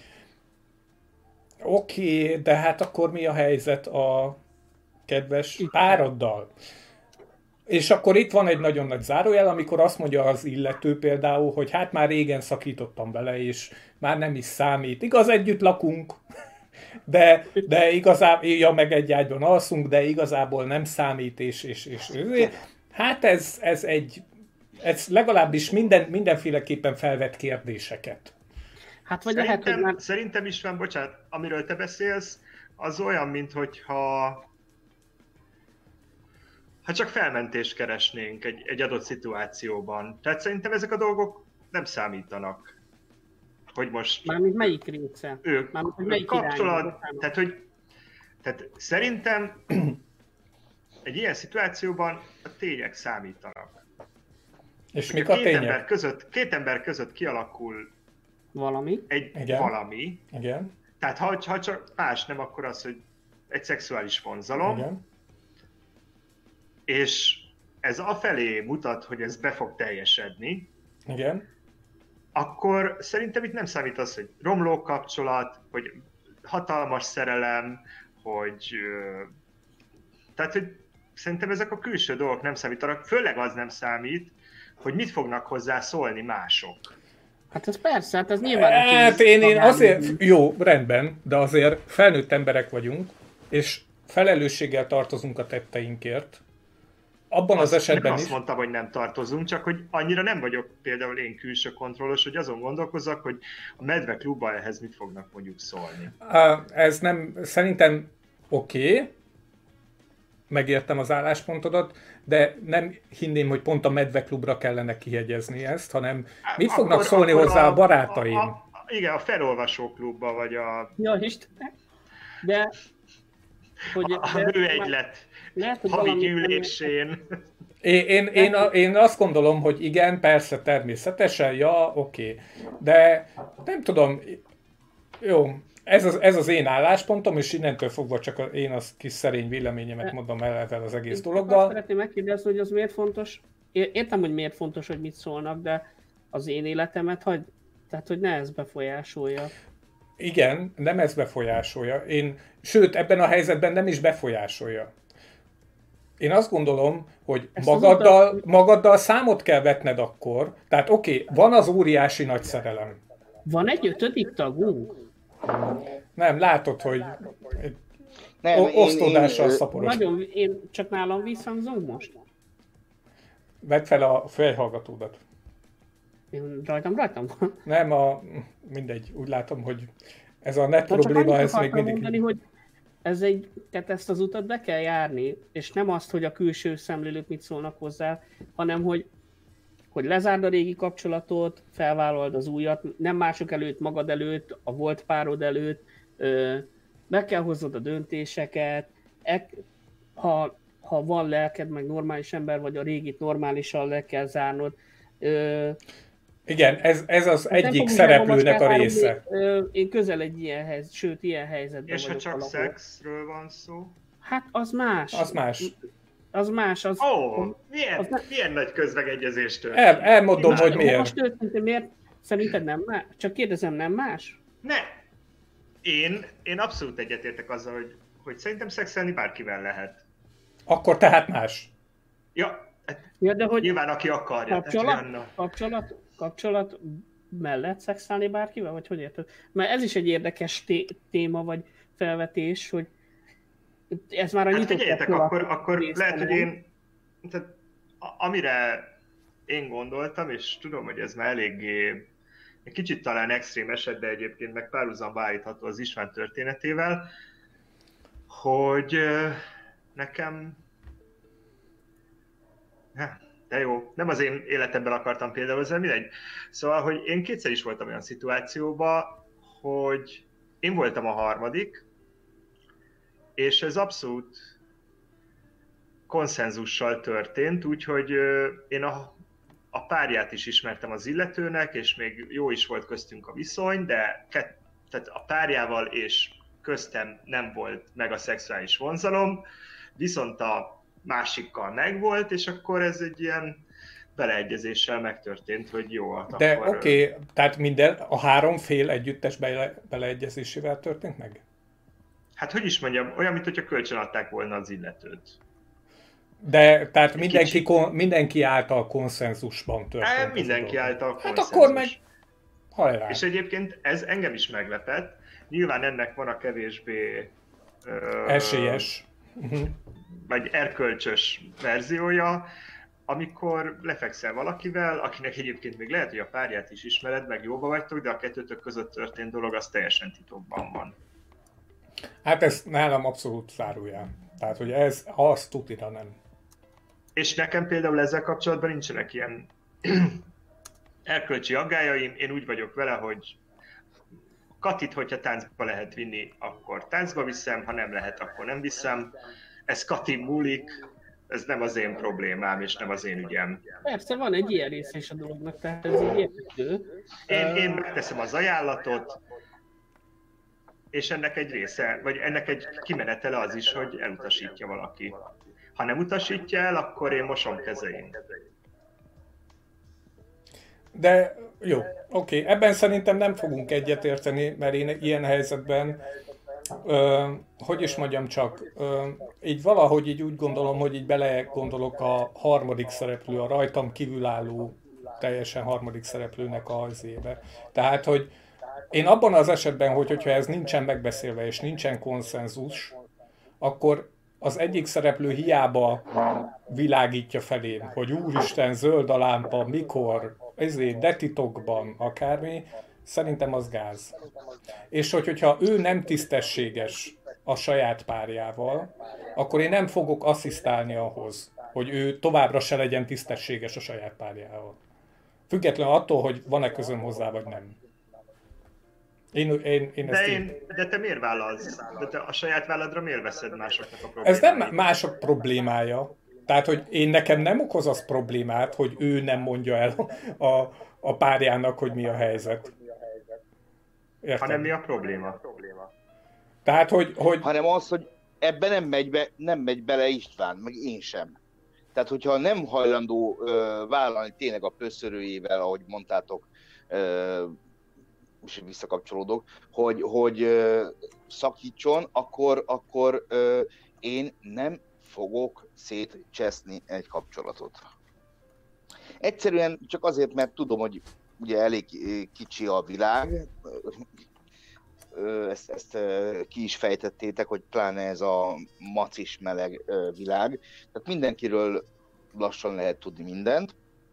oké, okay, de hát akkor mi a helyzet a kedves pároddal? És akkor itt van egy nagyon nagy zárójel, amikor azt mondja az illető például, hogy hát már régen szakítottam vele, és már nem is számít. Igaz, együtt lakunk, de, de igazából, ja, meg egy ágyban alszunk, de igazából nem számít, és, és, és hát ez, ez egy, ez legalábbis minden, mindenféleképpen felvet kérdéseket.
Hát vagy
szerintem,
lehet, hogy már...
szerintem István, bocsánat, amiről te beszélsz, az olyan, minthogyha ha csak felmentést keresnénk egy, egy adott szituációban. Tehát szerintem ezek a dolgok nem számítanak. Hogy most...
Mármint melyik része?
Ők,
Mármint, hogy melyik
kapcsolat,
irányba?
tehát hogy tehát szerintem egy ilyen szituációban a tények számítanak.
És mik a
két
tények?
Ember között, két ember között kialakul
valami.
egy
Igen.
valami.
Igen.
Tehát ha, ha csak más nem, akkor az, hogy egy szexuális vonzalom.
Igen.
És ez afelé mutat, hogy ez be fog teljesedni.
Igen.
Akkor szerintem itt nem számít az, hogy romló kapcsolat, hogy hatalmas szerelem, hogy... Tehát, hogy szerintem ezek a külső dolgok nem számítanak, főleg az nem számít, hogy mit fognak hozzá szólni mások.
Hát ez persze, hát ez nyilván...
Hát én, én azért... Jó, rendben, de azért felnőtt emberek vagyunk, és felelősséggel tartozunk a tetteinkért. Abban
azt,
az esetben
nem
is...
azt mondtam, hogy nem tartozunk, csak hogy annyira nem vagyok például én külső kontrollos, hogy azon gondolkozzak, hogy a Medve klubban ehhez mit fognak mondjuk szólni.
Ez nem... Szerintem oké, okay, megértem az álláspontodat, de nem hinném, hogy pont a Medve klubra kellene kihegyezni ezt, hanem mit fognak
akkor,
szólni
akkor
hozzá a,
a
barátaim?
A, a, igen, a felolvasó klubba, vagy a...
Ja, Istenem. De... Hogy,
a, a nőegylet havi gyűlésén.
Én, én, én, én azt gondolom, hogy igen, persze, természetesen, ja, oké. Okay. De nem tudom, jó, ez az, ez az én álláspontom, és innentől fogva csak az, én az kis szerény véleményemet mondom el ezzel az egész
én
dologgal.
Azt szeretném megkérdezni, hogy az miért fontos. Értem, hogy miért fontos, hogy mit szólnak, de az én életemet hagy, tehát hogy ne ez befolyásolja.
Igen, nem ez befolyásolja. Én, sőt, ebben a helyzetben nem is befolyásolja. Én azt gondolom, hogy magaddal, utat... magaddal számot kell vetned akkor. Tehát oké, okay, van az óriási nagy szerelem.
Van egy ötödik tagunk?
Nem, látod, hogy
nem,
osztódással szaporos.
Nagyon, én csak nálam visszhangzom most?
Vedd fel a fejhallgatódat.
Én rajtam, rajtam.
Nem, a, mindegy, úgy látom, hogy ez a net Na, probléma, ez még mindig...
Mondani, hogy ez egy, tehát ezt az utat be kell járni, és nem azt, hogy a külső szemlélők mit szólnak hozzá, hanem hogy, hogy lezárd a régi kapcsolatot, felvállald az újat, nem mások előtt, magad előtt, a volt párod előtt, meg kell hoznod a döntéseket, ha, ha van lelked, meg normális ember vagy, a régit normálisan le kell zárnod.
Igen, ez, ez az hát egyik szereplőnek a része.
Én közel egy ilyen helyzet, sőt, ilyen helyzetben
És
vagyok.
És ha csak
alapul.
szexről van szó?
Hát az más.
Az más.
Az más. Az,
Ó, oh, milyen,
az
milyen nagy közmegegyezés történt.
El, elmondom, hogy miért.
Most történt, miért? Szerinted nem más? Csak kérdezem, nem más?
Ne. Én, én abszolút egyetértek azzal, hogy, hogy szerintem szexelni bárkivel lehet.
Akkor tehát más.
Ja,
ja de hogy
nyilván aki akarja.
Kapcsolat, kapcsolat, kapcsolat mellett szexelni bárkivel? Vagy hogy érted? Mert ez is egy érdekes té- téma, vagy felvetés, hogy ez már a
hát
nyitott
figyeljetek, akkor, akkor lehet, hogy én, tehát, amire én gondoltam, és tudom, hogy ez már eléggé, egy kicsit talán extrém eset, de egyébként meg párhuzamba állítható az István történetével, hogy nekem, de jó, nem az én életemben akartam például, ez mindegy. Szóval, hogy én kétszer is voltam olyan szituációban, hogy én voltam a harmadik, és ez abszolút konszenzussal történt, úgyhogy én a, a párját is ismertem az illetőnek, és még jó is volt köztünk a viszony, de kett, tehát a párjával és köztem nem volt meg a szexuális vonzalom, viszont a másikkal megvolt, és akkor ez egy ilyen beleegyezéssel megtörtént, hogy jó. Hát
de
akkor...
oké, okay, tehát minden, a három fél együttes bele, beleegyezésével történt meg?
Hát hogy is mondjam, olyan, mint hogyha kölcsön adták volna az illetőt.
De tehát mindenki, kon, mindenki által konszenzusban történt.
E, mindenki által konszenzus.
Hát akkor meg hajrá.
És egyébként ez engem is meglepett. Nyilván ennek van a kevésbé uh,
esélyes,
vagy erkölcsös verziója, amikor lefekszel valakivel, akinek egyébként még lehet, hogy a párját is ismered, meg jóba vagytok, de a kettőtök között történt dolog az teljesen titokban van.
Hát ez nálam abszolút zárójel. Tehát, hogy ez, az tutira nem.
És nekem például ezzel kapcsolatban nincsenek ilyen erkölcsi aggájaim. Én úgy vagyok vele, hogy Katit, hogyha táncba lehet vinni, akkor táncba viszem, ha nem lehet, akkor nem viszem. Ez Kati múlik, ez nem az én problémám, és nem az én ügyem.
Persze, van egy ilyen része is a dolognak, tehát ez így érthető.
Én, én megteszem az ajánlatot, és ennek egy része, vagy ennek egy kimenetele az is, hogy elutasítja valaki. Ha nem utasítja el, akkor én mosom kezeim.
De jó, oké, okay. Ebben szerintem nem fogunk egyetérteni, mert én ilyen helyzetben, ö, hogy is mondjam csak, ö, így valahogy így úgy gondolom, hogy így bele gondolok a harmadik szereplő, a rajtam kívülálló teljesen harmadik szereplőnek az éve. Tehát, hogy én abban az esetben, hogy, hogyha ez nincsen megbeszélve és nincsen konszenzus, akkor az egyik szereplő hiába világítja felém, hogy úristen, zöld a lámpa, mikor, ezért, de titokban, akármi, szerintem az gáz. És hogy, hogyha ő nem tisztességes a saját párjával, akkor én nem fogok asszisztálni ahhoz, hogy ő továbbra se legyen tisztességes a saját párjával. Függetlenül attól, hogy van-e közöm hozzá, vagy nem. Én, én, én
de, én,
én...
de te miért vállalsz? De te a saját válladra miért veszed másoknak a problémáit?
Ez nem mások problémája. Tehát, hogy én nekem nem okoz az problémát, hogy ő nem mondja el a, a párjának, hogy mi a helyzet. Értem?
Hanem mi a probléma?
Tehát, hogy, hogy...
Hanem az, hogy ebben nem megy, be, nem megy bele István, meg én sem. Tehát, hogyha nem hajlandó ö, vállalni tényleg a pösszörőjével, ahogy mondtátok, ö, és visszakapcsolódok, hogy, hogy ö, szakítson, akkor, akkor ö, én nem fogok szétcseszni egy kapcsolatot. Egyszerűen csak azért, mert tudom, hogy ugye elég kicsi a világ, ezt, ezt ki is fejtettétek, hogy pláne ez a macis meleg világ, tehát mindenkiről lassan lehet tudni mindent.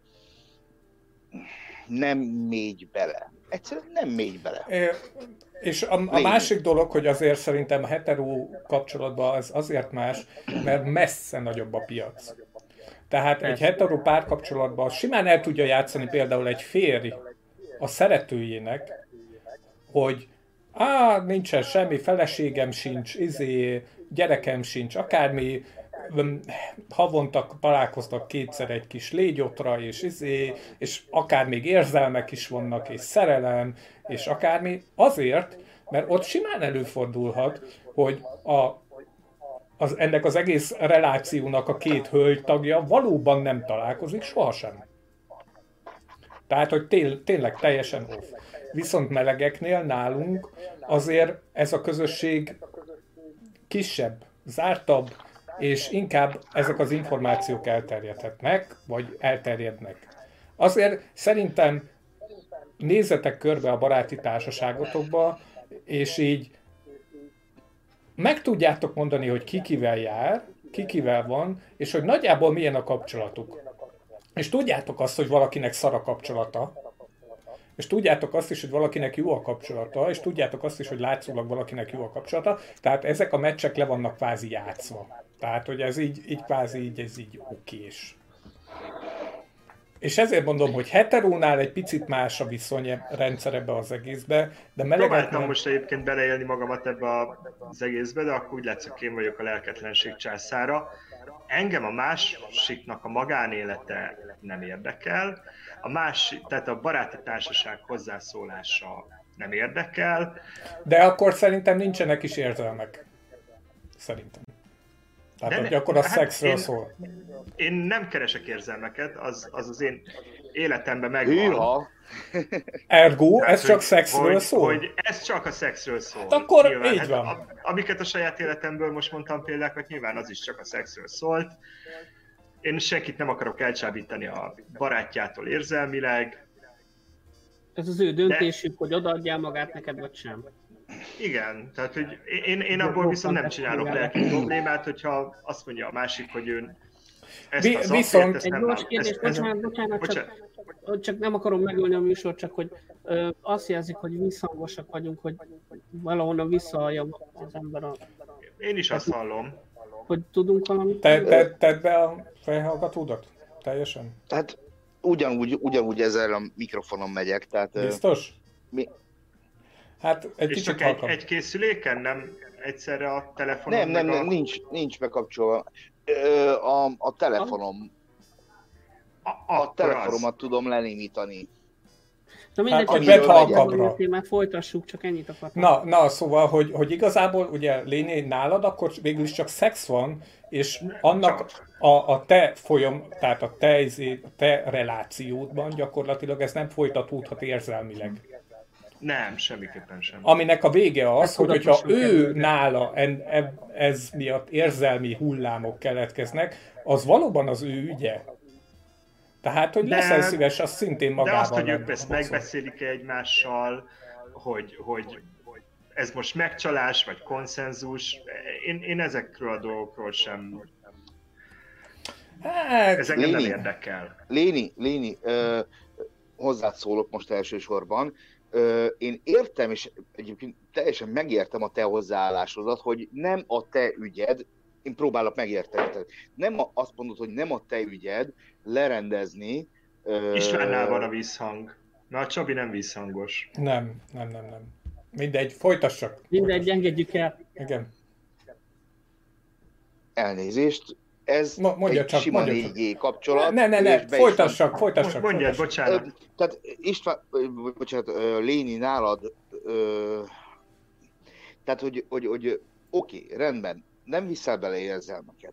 Nem mégy bele. Egyszerűen nem mégy bele.
É, és a, a másik dolog, hogy azért szerintem a hetero kapcsolatban az azért más, mert messze nagyobb a piac. Tehát egy hetero párkapcsolatban simán el tudja játszani például egy férj a szeretőjének, hogy á, nincsen semmi, feleségem sincs, izé, gyerekem sincs, akármi, havonta találkoztak kétszer egy kis légyotra, és izé, és akár még érzelmek is vannak, és szerelem, és akármi, azért, mert ott simán előfordulhat, hogy a, az, ennek az egész relációnak a két hölgy tagja valóban nem találkozik sohasem. Tehát, hogy tél, tényleg teljesen off. Viszont melegeknél nálunk azért ez a közösség kisebb, zártabb, és inkább ezek az információk elterjedhetnek, vagy elterjednek. Azért szerintem nézzetek körbe a baráti társaságotokba, és így meg tudjátok mondani, hogy ki kivel jár, ki kivel van, és hogy nagyjából milyen a kapcsolatuk. És tudjátok azt, hogy valakinek szar a kapcsolata, és tudjátok azt is, hogy valakinek jó a kapcsolata, és tudjátok azt is, hogy látszólag valakinek jó a kapcsolata, tehát ezek a meccsek le vannak kvázi játszva. Tehát, hogy ez így, így kvázi így, ez így okés. És ezért mondom, hogy heterónál egy picit más a viszonyrendszer ebbe az egészbe, de meleget...
Próbáltam nem... most egyébként beleélni magamat ebbe az egészbe, de akkor úgy látszik, én vagyok a lelketlenség császára. Engem a másiknak a magánélete nem érdekel, a másik, tehát a baráti társaság hozzászólása nem érdekel.
De akkor szerintem nincsenek is érzelmek. Szerintem. Tehát, hogy akkor a hát szexről
én,
szól.
Én nem keresek érzelmeket, az az, az én életemben megvan.
Ergo,
tehát,
ez
hogy,
csak szexről
hogy,
szól?
Hogy ez csak a szexről szól.
Hát akkor
nyilván,
így
hát,
van.
A, amiket a saját életemből most mondtam példákat, nyilván az is csak a szexről szólt. Én senkit nem akarok elcsábítani a barátjától érzelmileg.
Ez az ő döntésük, de... hogy odaadjál magát neked, vagy sem.
Igen, tehát hogy én, én abból viszont nem csinálok lelki problémát, hogyha azt mondja a másik, hogy ő ezt az
viszont
ezt
egy
nem
gyors kérdés,
ezt,
bocsánat, bocsánat, bocsánat, csak, csak nem akarom megölni a műsort, csak hogy ö, azt jelzik, hogy visszhangosak vagyunk, hogy valahonnan visszahallja az ember a...
Én is azt hallom.
Hogy tudunk valamit?
Te, te, tedd be a fejhallgatódat? Teljesen?
Hát ugyanúgy, ugyanúgy ezzel a mikrofonon megyek, tehát...
Biztos?
Mi?
Hát egy
és csak egy, egy készüléken, nem egyszerre a telefonon?
Nem, nem,
a...
nem nincs, nincs bekapcsolva. A, a telefonom, a, a telefonomat az. tudom lenémítani.
Na mindegy,
hát,
csak
halkabra.
A témát folytassuk, csak ennyit akartam.
Na, na, szóval, hogy, hogy igazából ugye Léni nálad, akkor végül is csak szex van, és annak a, a te folyam, tehát a te, a te relációdban gyakorlatilag ez nem folytatódhat érzelmileg.
Nem, semmiképpen sem.
Aminek a vége az, hogy hogyha ő nála en, ez miatt érzelmi hullámok keletkeznek, az valóban az ő ügye. Tehát, hogy de, leszel szíves, az szintén magával.
De azt, hogy ők ezt megbeszélik-e egymással, hogy, hogy ez most megcsalás, vagy konszenzus, én, én ezekről a dolgokról sem...
Hát,
ez engem nem érdekel.
Léni, Léni, ö, hozzád szólok most elsősorban. Ö, én értem, és egyébként teljesen megértem a te hozzáállásodat, hogy nem a te ügyed, én próbálok megérteni, tehát nem a, azt mondod, hogy nem a te ügyed lerendezni. Ö...
Istvánnál van a visszhang. Na, a Csabi nem visszhangos.
Nem, nem, nem, nem. Mindegy, folytassak.
Mindegy, engedjük el.
Igen.
Elnézést. Ez
Ma, mondja
egy
csak,
sima
mondja
négy G kapcsolat.
Ne, ne, ne, folytassak, folytassak.
Mondjad, bocsánat.
Tehát István, bocsánat, Léni nálad, ö, tehát hogy, hogy, hogy oké, rendben, nem viszel bele érzelmeket,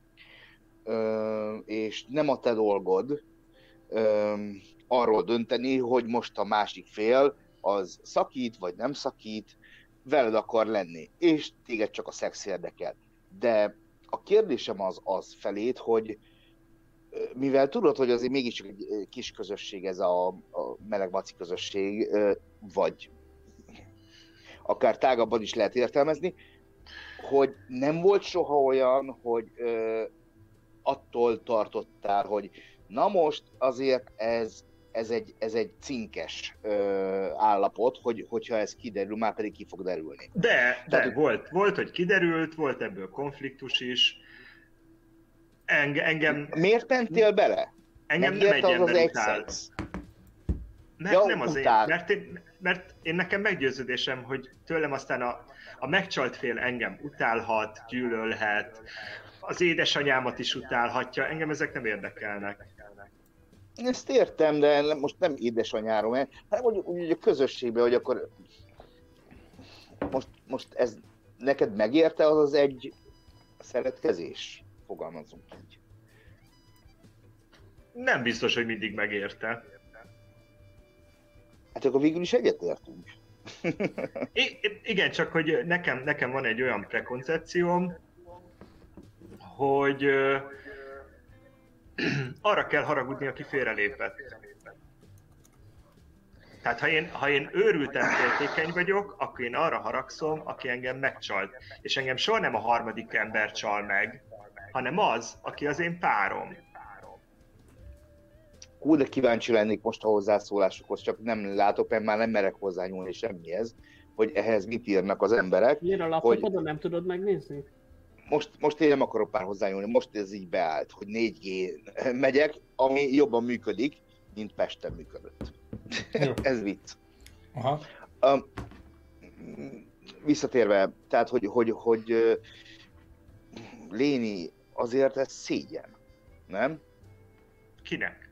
ö, és nem a te dolgod ö, arról dönteni, hogy most a másik fél az szakít, vagy nem szakít, veled akar lenni, és téged csak a szex érdekel. De a kérdésem az az felét, hogy mivel tudod, hogy azért mégiscsak egy kis közösség ez a, a meleg-maci közösség, vagy akár tágabban is lehet értelmezni, hogy nem volt soha olyan, hogy ö, attól tartottál, hogy na most azért ez, ez, egy, ez egy cinkes ö, állapot, hogy, hogyha ez kiderül, már pedig ki fog derülni.
De, de Tehát, volt, volt, hogy kiderült, volt ebből konfliktus is. Enge, engem...
Miért mentél bele?
Engem nem egy
az
ember
az egy
utál.
szex.
Mert ja, nem azért, mert én, mert én nekem meggyőződésem, hogy tőlem aztán a, a megcsalt fél engem utálhat, gyűlölhet, az édesanyámat is utálhatja, engem ezek nem érdekelnek.
Ezt értem, de most nem édesanyáról, hanem úgy, úgy a közösségben, hogy akkor most, most ez neked megérte az az egy szeretkezés? Fogalmazunk így.
Nem biztos, hogy mindig megérte.
Hát akkor végül is egyetértünk.
I- igen, csak hogy nekem, nekem van egy olyan prekoncepcióm, hogy uh, arra kell haragudni, aki félrelépett. Tehát ha én, ha én őrülten féltékeny vagyok, akkor én arra haragszom, aki engem megcsalt. És engem soha nem a harmadik ember csal meg, hanem az, aki az én párom.
Hú, de kíváncsi lennék most a hozzászólásokhoz, csak nem látok, mert már nem merek hozzányúlni semmihez, hogy ehhez mit írnak az emberek.
Miért a laptopodon hogy... nem tudod megnézni?
Most, most én nem akarok már hozzányúlni, most ez így beállt, hogy négy gé megyek, ami jobban működik, mint Pesten működött. Ez vicc.
Aha.
Um, visszatérve, tehát, hogy, hogy, hogy uh, Léni, azért ez szégyen, nem?
Kinek?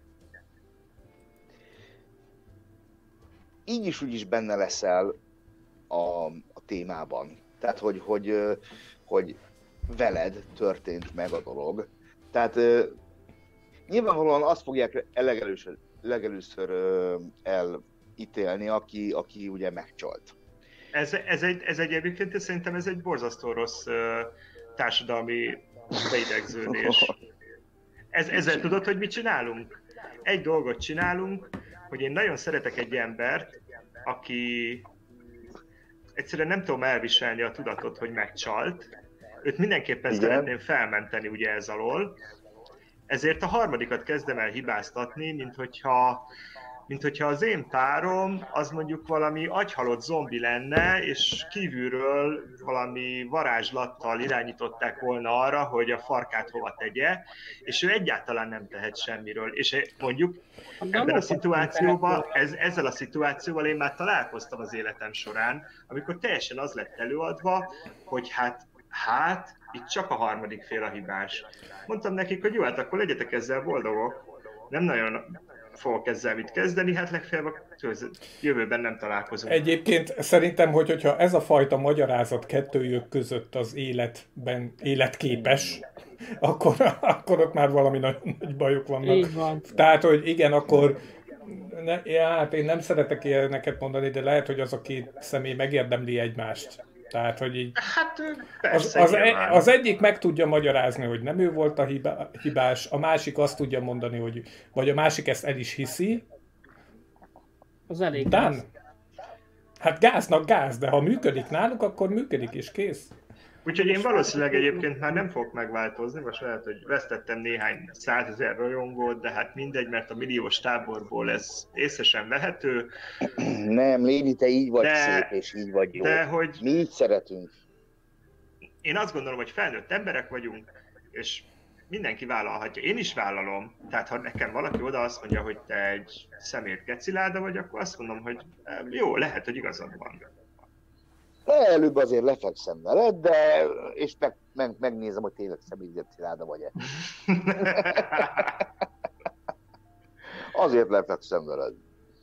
Így is úgy is benne leszel a, a témában. Tehát, hogy, hogy, hogy, hogy veled történt meg a dolog. Tehát nyilvánvalóan azt fogják legelőször, legelőször elítélni, aki, aki ugye megcsalt.
Ez, ez, egy, ez egy egyébként szerintem ez egy borzasztó rossz uh, társadalmi beidegződés. Ez, ezzel tudod, hogy mit csinálunk? Egy dolgot csinálunk, hogy én nagyon szeretek egy embert, aki egyszerűen nem tudom elviselni a tudatot, hogy megcsalt. Őt mindenképpen Igen. szeretném felmenteni ugye ez alól. Ezért a harmadikat kezdem el hibáztatni, mint hogyha, mint hogyha az én párom az mondjuk valami agyhalott zombi lenne, és kívülről valami varázslattal irányították volna arra, hogy a farkát hova tegye, és ő egyáltalán nem tehet semmiről. És mondjuk ebben a szituációban, ez, ezzel a szituációval én már találkoztam az életem során, amikor teljesen az lett előadva, hogy hát, hát, itt csak a harmadik fél a hibás. Mondtam nekik, hogy jó, hát akkor legyetek ezzel boldogok. Nem nagyon fogok ezzel mit kezdeni, hát legfeljebb a jövőben nem találkozunk.
Egyébként szerintem, hogy, hogyha ez a fajta magyarázat kettőjük között az életben életképes, akkor, akkor ott már valami nagyon nagy bajok vannak.
Így van. Tehát,
hogy igen, akkor ne, ja, hát én nem szeretek ilyeneket mondani, de lehet, hogy az a két személy megérdemli egymást. Tehát, hogy így...
Hát persze,
az, az, e, az egyik meg tudja magyarázni, hogy nem ő volt a hibá, hibás, a másik azt tudja mondani, hogy... Vagy a másik ezt el is hiszi.
Az elég
Dan?
gáz.
Hát gáznak gáz, de ha működik náluk, akkor működik és kész.
Úgyhogy én valószínűleg egyébként már nem fogok megváltozni, most lehet, hogy vesztettem néhány százezer rajongót, de hát mindegy, mert a milliós táborból ez észre sem vehető.
Nem, Léni, te így vagy
de,
szép, és így vagy jó.
De hogy
mi így szeretünk.
Én azt gondolom, hogy felnőtt emberek vagyunk, és mindenki vállalhatja. Én is vállalom. Tehát ha nekem valaki oda azt mondja, hogy te egy szemét geciláda vagy, akkor azt mondom, hogy jó, lehet, hogy igazad van.
Előbb azért lefekszem veled, de és meg, meg, megnézem, hogy tényleg szemétgeciláda vagy-e. Azért lefekszem veled.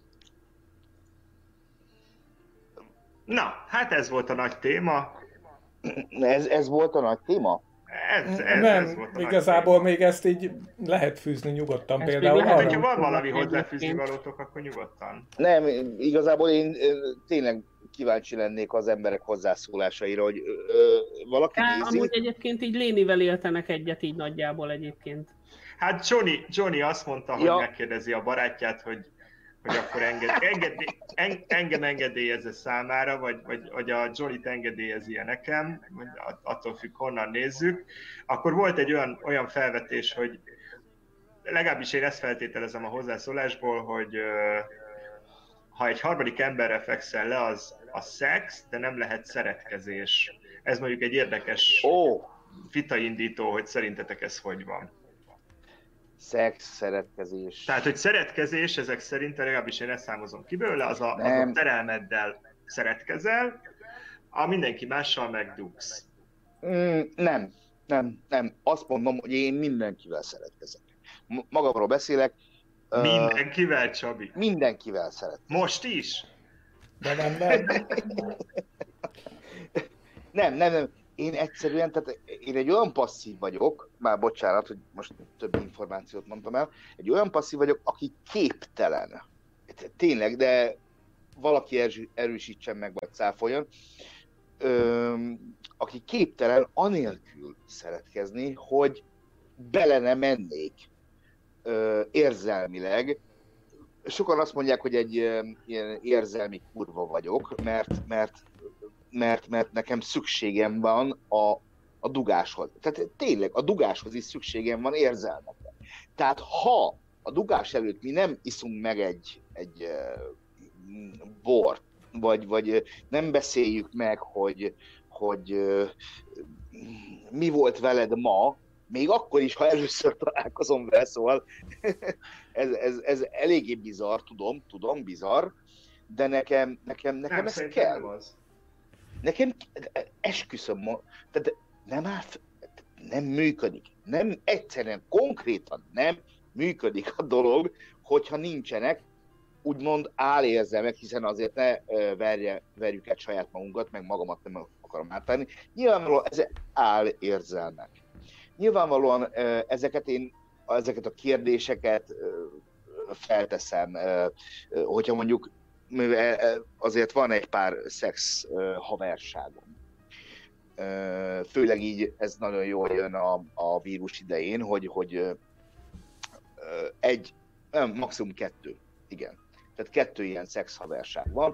Na, hát ez volt a nagy téma.
Ez, ez volt a nagy téma?
Ez, ez,
nem,
ez volt a
igazából
nagy
még ezt így lehet fűzni nyugodtan.
Ezt
Például
lehet,
arra...
hogyha van valami hozzáfűzni valótok, akkor nyugodtan.
Nem, igazából én tényleg kíváncsi lennék az emberek hozzászólásaira, hogy ö, valaki
Á,
nézi.
amúgy egyébként így Lénivel éltenek egyet így nagyjából egyébként.
Hát Johnny, Johnny azt mondta, hogy
Ja.
megkérdezi a barátját, hogy, hogy akkor enged, engedé, en, engem engedélyezze számára, vagy, vagy, vagy a Johnny-t engedélyezi nekem, attól függ, honnan nézzük. Akkor volt egy olyan, olyan felvetés, hogy legalábbis én ezt feltételezem a hozzászólásból, hogy ha egy harmadik emberre fekszel le, az a szex, de nem lehet szeretkezés. Ez mondjuk egy érdekes
Ó,
vitaindító, hogy szerintetek ez hogy van.
szex, szeretkezés.
Tehát, hogy szeretkezés, ezek szerint, legalábbis én ezt számozom ki belőle, az a, az
Nem.
a terelmeddel szeretkezel, a mindenki mással megdugsz.
Mm, nem, nem, nem. Azt mondom, hogy én mindenkivel szeretkezek. M- magamról beszélek. ö,
Mindenkivel, Csabi.
Mindenkivel szeretkezek.
Most is?
De nem, nem.
Nem, nem, nem. Én egyszerűen, tehát én egy olyan passzív vagyok, már bocsánat, hogy most több információt mondtam el, egy olyan passzív vagyok, aki képtelen. Tényleg, de valaki erő- erősítsen meg, vagy cáfoljon. Ö, aki képtelen anélkül szeretkezni, hogy bele ne mennék ö, érzelmileg sokan azt mondják, hogy egy ilyen érzelmi kurva vagyok, mert, mert, mert, mert nekem szükségem van a, a dugáshoz. Tehát tényleg a dugáshoz is szükségem van érzelmekre. Tehát ha a dugás előtt mi nem iszunk meg egy, egy uh, bort, vagy, vagy nem beszéljük meg, hogy, hogy uh, mi volt veled ma, még akkor is, ha először találkozom vele, szóval ez, ez, ez eléggé bizarr, tudom, tudom, bizarr, de nekem, nekem, nekem
nem,
ez kell.
Nem az.
Nekem esküszöm, tehát nem áll, nem működik. Nem, egyszerűen, konkrétan nem működik a dolog, hogyha nincsenek úgymond álérzelmek, hiszen azért ne verje, verjük el saját magunkat, meg magamat nem akarom áttenni. Nyilvánvalóan ez álérzelmek. Nyilvánvalóan ezeket én, ezeket a kérdéseket felteszem, hogyha mondjuk azért van egy pár szex haverságom. Főleg így ez nagyon jól jön a, a vírus idején, hogy, hogy egy, maximum kettő, igen. Tehát kettő ilyen szexhaverság van,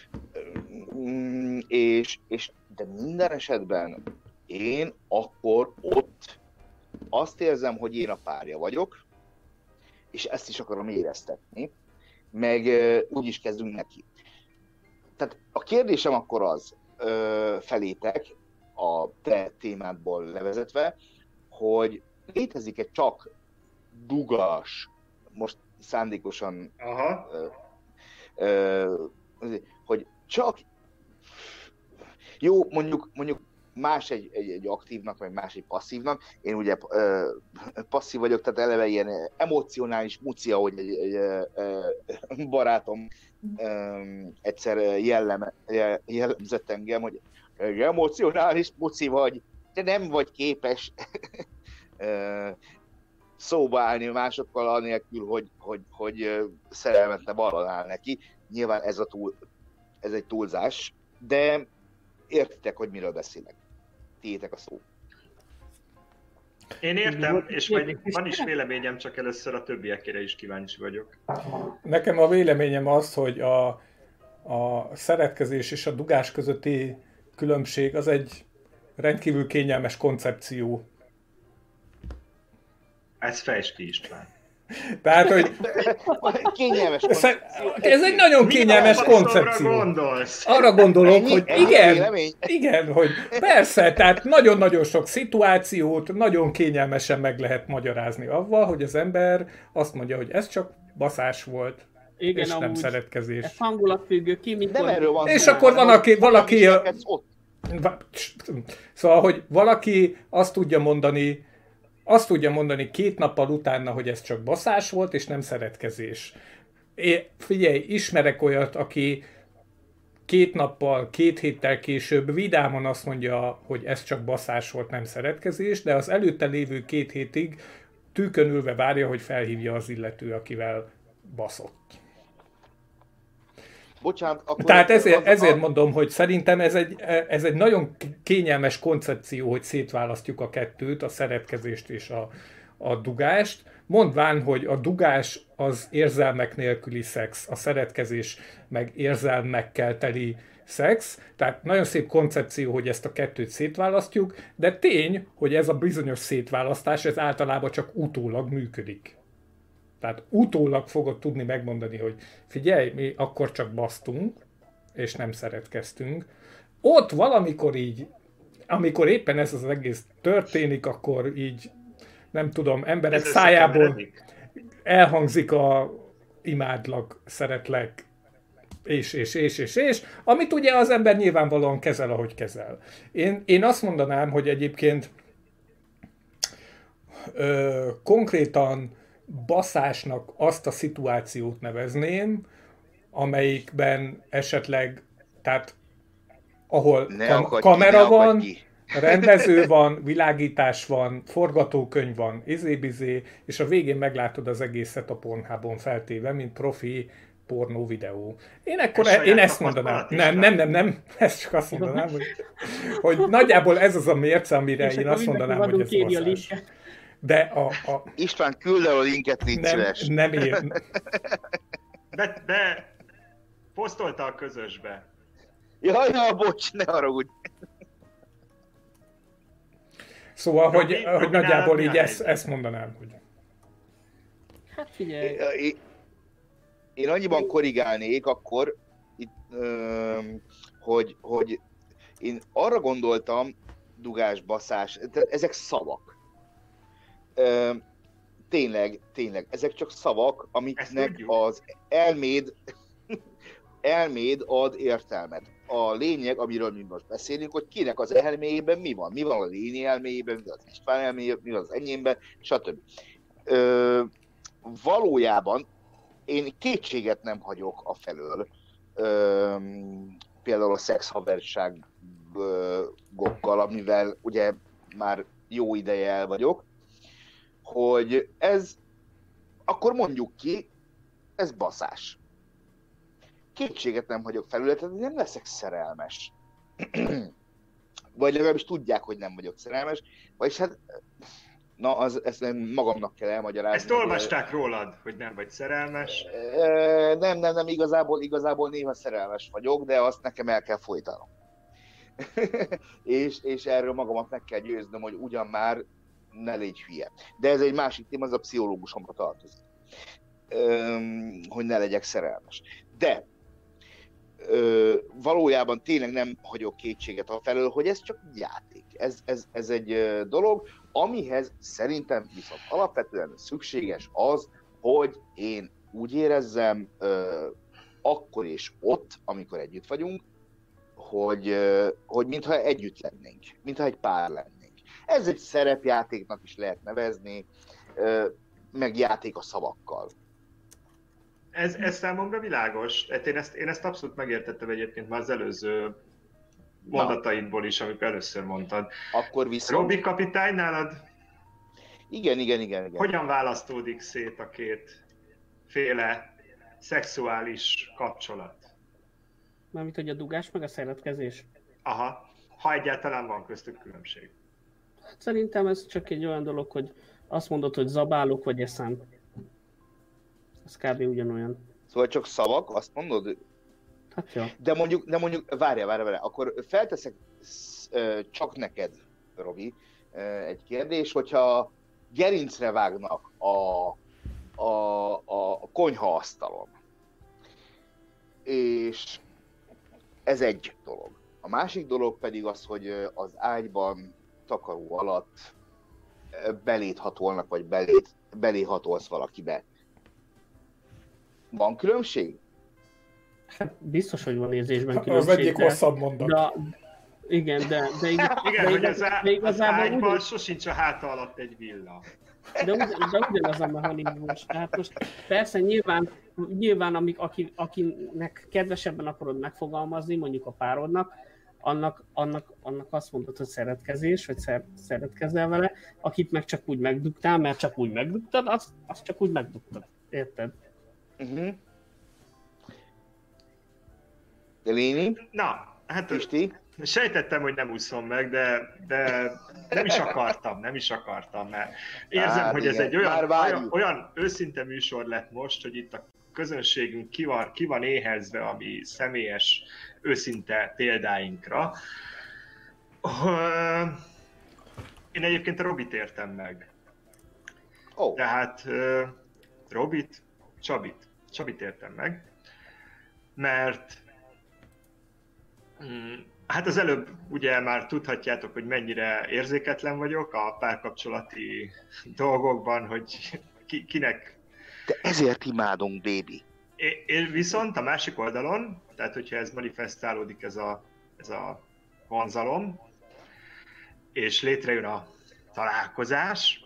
és, és de minden esetben én akkor ott azt érzem, hogy én a párja vagyok, és ezt is akarom éreztetni, meg úgy is kezdünk neki. Tehát a kérdésem akkor az felétek, a te témádból levezetve, hogy létezik-e csak dugas, most szándékosan,
Aha.
Ö, ö, hogy csak jó, mondjuk, mondjuk más egy, egy, egy aktívnak, vagy más egy passzívnak. Én ugye ö, passzív vagyok, tehát eleve ilyen emocionális muci, ahogy egy, egy, egy barátom ö, egyszer jellem, jellemzett engem, hogy egy emocionális muci vagy, de nem vagy képes ö, szóba állni másokkal anélkül, hogy, hogy, hogy szerelmet ne vallanál neki. Nyilván ez, a túl, ez egy túlzás, de értitek, hogy miről beszélek. Tiétek a szó.
Én értem, és majd van is véleményem, csak először a többiekére is kíváncsi vagyok.
Nekem a véleményem az, hogy a, a szeretkezés és a dugás közötti különbség az egy rendkívül kényelmes koncepció.
Ez fejtsd ki, István.
Tehát, hogy...
Kényelmes
koncepció. Ez egy nagyon kényelmes koncepció.
Gondolsz?
Arra gondolok,
ennyi,
hogy
ennyi
igen, igen, hogy persze, tehát nagyon-nagyon sok szituációt nagyon kényelmesen meg lehet magyarázni avval, hogy az ember azt mondja, hogy ez csak baszás volt, igen, és nem szeretkezés.
Ez hangulatfüggő, ki mikor...
Nem erről van.
És akkor van, aki, valaki... Szóval, hogy valaki azt tudja mondani, azt tudja mondani két nappal utána, hogy ez csak baszás volt, és nem szeretkezés. É, figyelj, ismerek olyat, aki két nappal, két héttel később vidáman azt mondja, hogy ez csak baszás volt, nem szeretkezés, de az előtte lévő két hétig tűkön ülve várja, hogy felhívja az illető, akivel baszott.
Bocsánat, akkor
Tehát ezért,
az,
ezért
a...
mondom, hogy szerintem ez egy, ez egy nagyon kényelmes koncepció, hogy szétválasztjuk a kettőt, a szeretkezést és a, a dugást, mondván, hogy a dugás az érzelmek nélküli szex, a szeretkezés meg érzelmekkel teli szex, tehát nagyon szép koncepció, hogy ezt a kettőt szétválasztjuk, de tény, hogy ez a bizonyos szétválasztás, ez általában csak utólag működik. Tehát utólag fogod tudni megmondani, hogy figyelj, mi akkor csak basztunk, és nem szeretkeztünk. Ott valamikor így, amikor éppen ez az egész történik, akkor így, nem tudom, emberek ez szájából elhangzik a imádlak, szeretlek, és, és, és, és, és, amit ugye az ember nyilvánvalóan kezel, ahogy kezel. Én, én azt mondanám, hogy egyébként ö, konkrétan baszásnak azt a szituációt nevezném, amelyikben esetleg, tehát ahol kam- kamera ki, van, rendező van, világítás van, forgatókönyv van, izé-bizé, és a végén meglátod az egészet a Pornhubon feltéve, mint profi pornó videó. Én ekkor e- én ezt mondanám. Nem, nem, nem, nem, ezt csak azt mondanám, hogy, hogy nagyjából ez az a mérce, amire én azt mondanám, hogy ez baszás. De a, a...
István, küld el a linket, légy
nem,
szíves.
Nem ér.
be, be posztolta a közösbe.
Jaj, ja, bocs, ne haragudj.
Szóval,
Robi,
hogy,
Robi,
hogy nagyjából így
mi a
ezt,
helyzet?
ezt mondanám, hogy...
Hát figyelj.
Én, én annyiban korrigálnék akkor, itt, ö, hogy, hogy én arra gondoltam, dugás, baszás, ezek szavak. Ö, tényleg, tényleg, ezek csak szavak, amiknek az elméd, elméd ad értelmet. A lényeg, amiről mi most beszélünk, hogy kinek az elméjében mi van. Mi van a Léni elméjében, mi van az István elméjében, mi van az enyémben, stb. Ö, valójában én kétséget nem hagyok afelől, ö, például a szexhaverságokkal, amivel ugye már jó ideje el vagyok, hogy ez, akkor mondjuk ki, ez baszás. Kétséget nem hagyok felül, tehát nem leszek szerelmes. Vagy legalábbis tudják, hogy nem vagyok szerelmes. Vagyis hát, na, az, ezt magamnak kell elmagyarázni.
Ezt olvasták rólad, hogy nem vagy szerelmes?
Nem, nem, nem, igazából, igazából néha szerelmes vagyok, de azt nekem el kell folytanom. és, és erről magamat meg kell győznöm, hogy ugyan már ne légy hülye. De ez egy másik téma, az a pszichológusomra tartozik. Öm, hogy ne legyek szerelmes. De ö, valójában tényleg nem hagyok kétséget afelől, hogy ez csak játék. Ez, ez, ez egy ö, dolog, amihez szerintem viszont alapvetően szükséges az, hogy én úgy érezzem ö, akkor és ott, amikor együtt vagyunk, hogy, ö, hogy mintha együtt lennénk, mintha egy pár lennénk. Ez egy szerepjátéknak is lehet nevezni, ö, meg játék a szavakkal.
Ez, ez számomra világos. Hát én, ezt, én ezt abszolút megértettem egyébként már az előző mondataidból is, amikor először mondtad.
Akkor viszont...
Robi kapitány nálad?
Igen, igen, igen, igen.
Hogyan választódik szét a két féle szexuális kapcsolat?
Mármint, hogy a dugás meg a szeretkezés.
Aha, ha egyáltalán van köztük különbség.
Hát szerintem ez csak egy olyan dolog, hogy azt mondod, hogy zabálok vagy eszem. Ez kb. Ugyanolyan.
Szóval csak szavak, azt mondod?
Hát jó.
De mondjuk, de mondjuk, várjál, várjál, várjál, akkor felteszek csak neked, Robi, egy kérdés, hogyha gerincre vágnak a, a, a konyhaasztalon, és ez egy dolog. A másik dolog pedig az, hogy az ágyban takaró alatt belét hatolnak, vagy belét, belé hatolsz valakibe. Van különbség?
Hát biztos, hogy van érzésben különbség.
Az egyik hosszabb mondat.
De, igen, de, de, igaz,
Igen,
de,
hogy
igaz,
az, á,
de igazából
az ágyban
ugyan,
sosincs a háta alatt egy villa.
de, ugyan, de ugyanaz a mechanizmus. Tehát most persze nyilván, nyilván amik, aki, akinek kedvesebben akarod megfogalmazni, mondjuk a párodnak, annak, annak, annak azt mondod, hogy szeretkezés, vagy szer, szeretkezel vele, akit meg csak úgy megdugtál, mert csak úgy megdugtad, azt, azt csak úgy megdugtad. Érted?
Uh-huh. De Léni?
Na, hát
Pisti?
sejtettem, hogy nem úszom meg, de, de nem is akartam, nem is akartam, mert érzem,
Á,
hogy ez
igen.
egy olyan,
Már
olyan, olyan őszinte műsor lett most, hogy itt a közönségünk ki van, ki van éhezve a mi személyes, őszinte példáinkra. Én egyébként a Robit értem meg.
Oh.
Tehát Robit, Csabit, Csabit értem meg, mert hát az előbb ugye már tudhatjátok, hogy mennyire érzéketlen vagyok a párkapcsolati dolgokban, hogy ki, kinek...
De ezért imádunk, baby.
Én viszont a másik oldalon, tehát hogyha ez manifestálódik, ez a, ez a vonzalom, és létrejön a találkozás,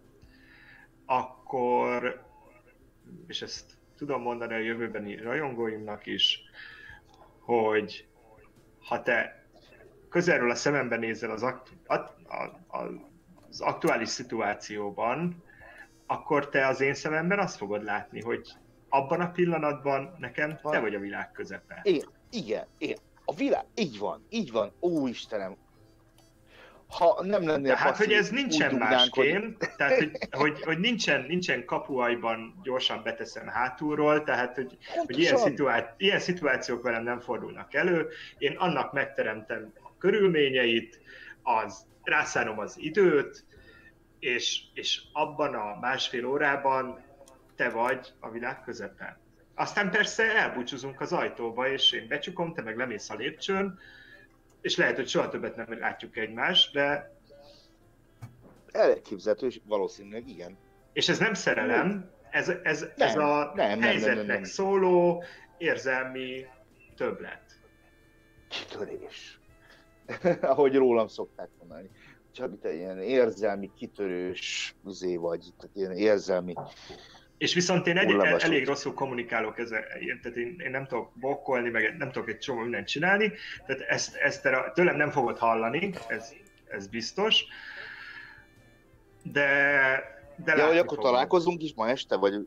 akkor, és ezt tudom mondani a jövőbeni rajongóimnak is, hogy ha te közelről a szemembe nézel az, aktu- a, a, a, az aktuális szituációban, akkor te az én szememben azt fogod látni, hogy abban a pillanatban nekem te vagy a világ közepe.
Igen, igen, igen. A világ, így van, így van. Ó, Istenem. Ha nem lennél
hát, hogy ez nincsen másként,
hogy...
tehát hogy, hogy, hogy nincsen, nincsen kapuajban gyorsan beteszem hátulról, tehát hogy, hogy ilyen, szituá... ilyen szituációk velem nem fordulnak elő. Én annak megteremtem a körülményeit, az, rászánom az időt, és, és abban a másfél órában te vagy a világ közepén. Aztán persze elbúcsúzunk az ajtóba, és én becsukom, te meg lemész a lépcsőn, és lehet, hogy soha többet nem látjuk egymást, de...
Elképzelhető, és valószínűleg igen.
És ez nem szerelem, ez, ez,
nem,
ez a
nem,
helyzetnek
nem, nem, nem.
szóló érzelmi többlet.
Kitörés. Ahogy rólam szokták mondani. Csak te ilyen érzelmi kitörős üzé vagy, tehát ilyen érzelmi...
És viszont én egy, el, elég rosszul kommunikálok ezzel, tehát én, én nem tudok bokkolni, meg nem tudok egy csomó mindent csinálni, tehát ezt, ezt tőlem nem fogod hallani, ez, ez biztos, de, de
ja, hogy akkor
fogom.
találkozunk is ma este, vagy...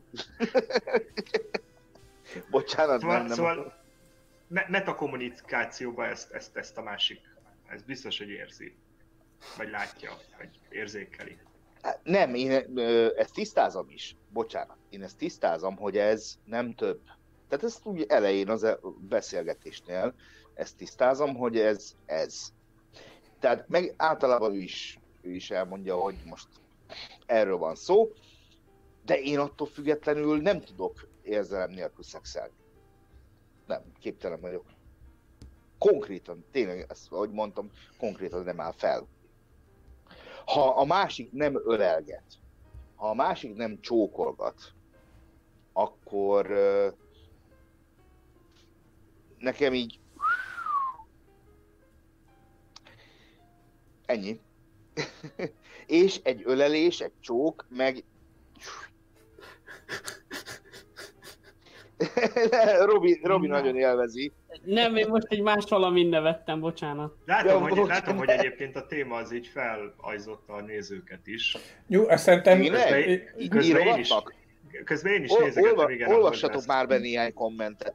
Bocsánat,
szóval,
nem, nem.
Szóval metakommunikációban ezt, ezt, ezt a másik, ez biztos, hogy érzi, vagy látja, vagy érzékeli.
Nem, én ezt tisztázom is. Bocsánat, én ezt tisztázom, hogy ez nem több. Tehát ezt úgy elején az a beszélgetésnél ezt tisztázom, hogy ez ez. Tehát meg általában ő is, ő is elmondja, hogy most erről van szó, de én attól függetlenül nem tudok érzelem nélkül szexelni. Nem, képtelen vagyok. Konkrétan, tényleg, ezt, ahogy mondtam, konkrétan nem áll fel. Ha a másik nem ölelget, ha a másik nem csókolgat, akkor uh, nekem így ennyi. És egy ölelés, egy csók, meg Robi, Robi nagyon élvezi.
Nem, én most egy más valamin nevettem, bocsánat.
Látom, hogy, látom, hogy egyébként a téma az így felajzotta a nézőket is.
Jó, ezt szerintem...
Közben, közben, én is, közben én is
Ol,
nézegettem,
olva,
igen.
Olvassatok már be néhány kommentet.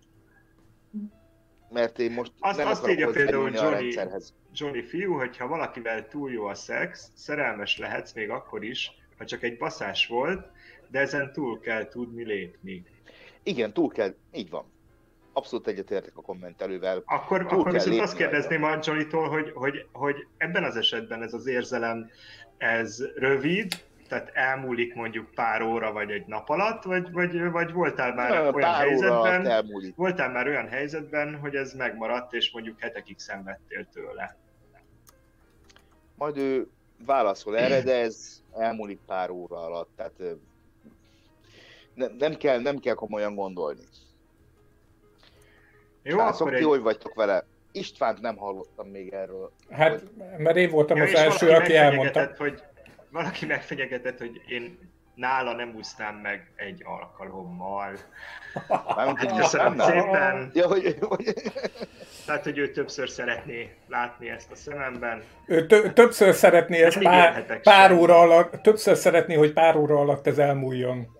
Mert én most
azt,
nem
azt
akarok
írja például
a
Johnny,
rendszerhez.
Johnny fiú, hogyha valakivel túl jó a szex, szerelmes lehetsz még akkor is, ha csak egy baszás volt, de ezen túl kell tudni lépni.
Igen, túl kell, így van. Abszolút egyetértek a kommentelővel.
Akkor, akkor viszont azt kérdezném a Johnny-tól, hogy, hogy, hogy ebben az esetben ez az érzelem, ez rövid, tehát elmúlik mondjuk pár óra vagy egy nap alatt, vagy, vagy, vagy voltál már
Na,
olyan helyzetben,
óra
voltál már olyan helyzetben, hogy ez megmaradt, és mondjuk hetekig szenvedtél tőle.
Majd ő válaszol erre, de ez elmúlik pár óra alatt, tehát ne, nem, kell, nem kell komolyan gondolni.
Jó,
Sászok,
akkor
ti
egy...
hogy vagytok vele? Istvánt nem hallottam még erről.
Hát,
hogy...
mert én voltam
ja,
az első, aki elmondta.
Hogy valaki megfenyegetett, hogy én nála nem úsznám meg egy alkalommal. Hát köszönöm szépen.
Ja, hogy, hogy...
Tehát, hogy ő többször szeretné látni ezt a szememben.
Ő tö- többször szeretné ezt pár, pár óra alatt, többször szeretné, hogy pár óra alatt ez elmúljon.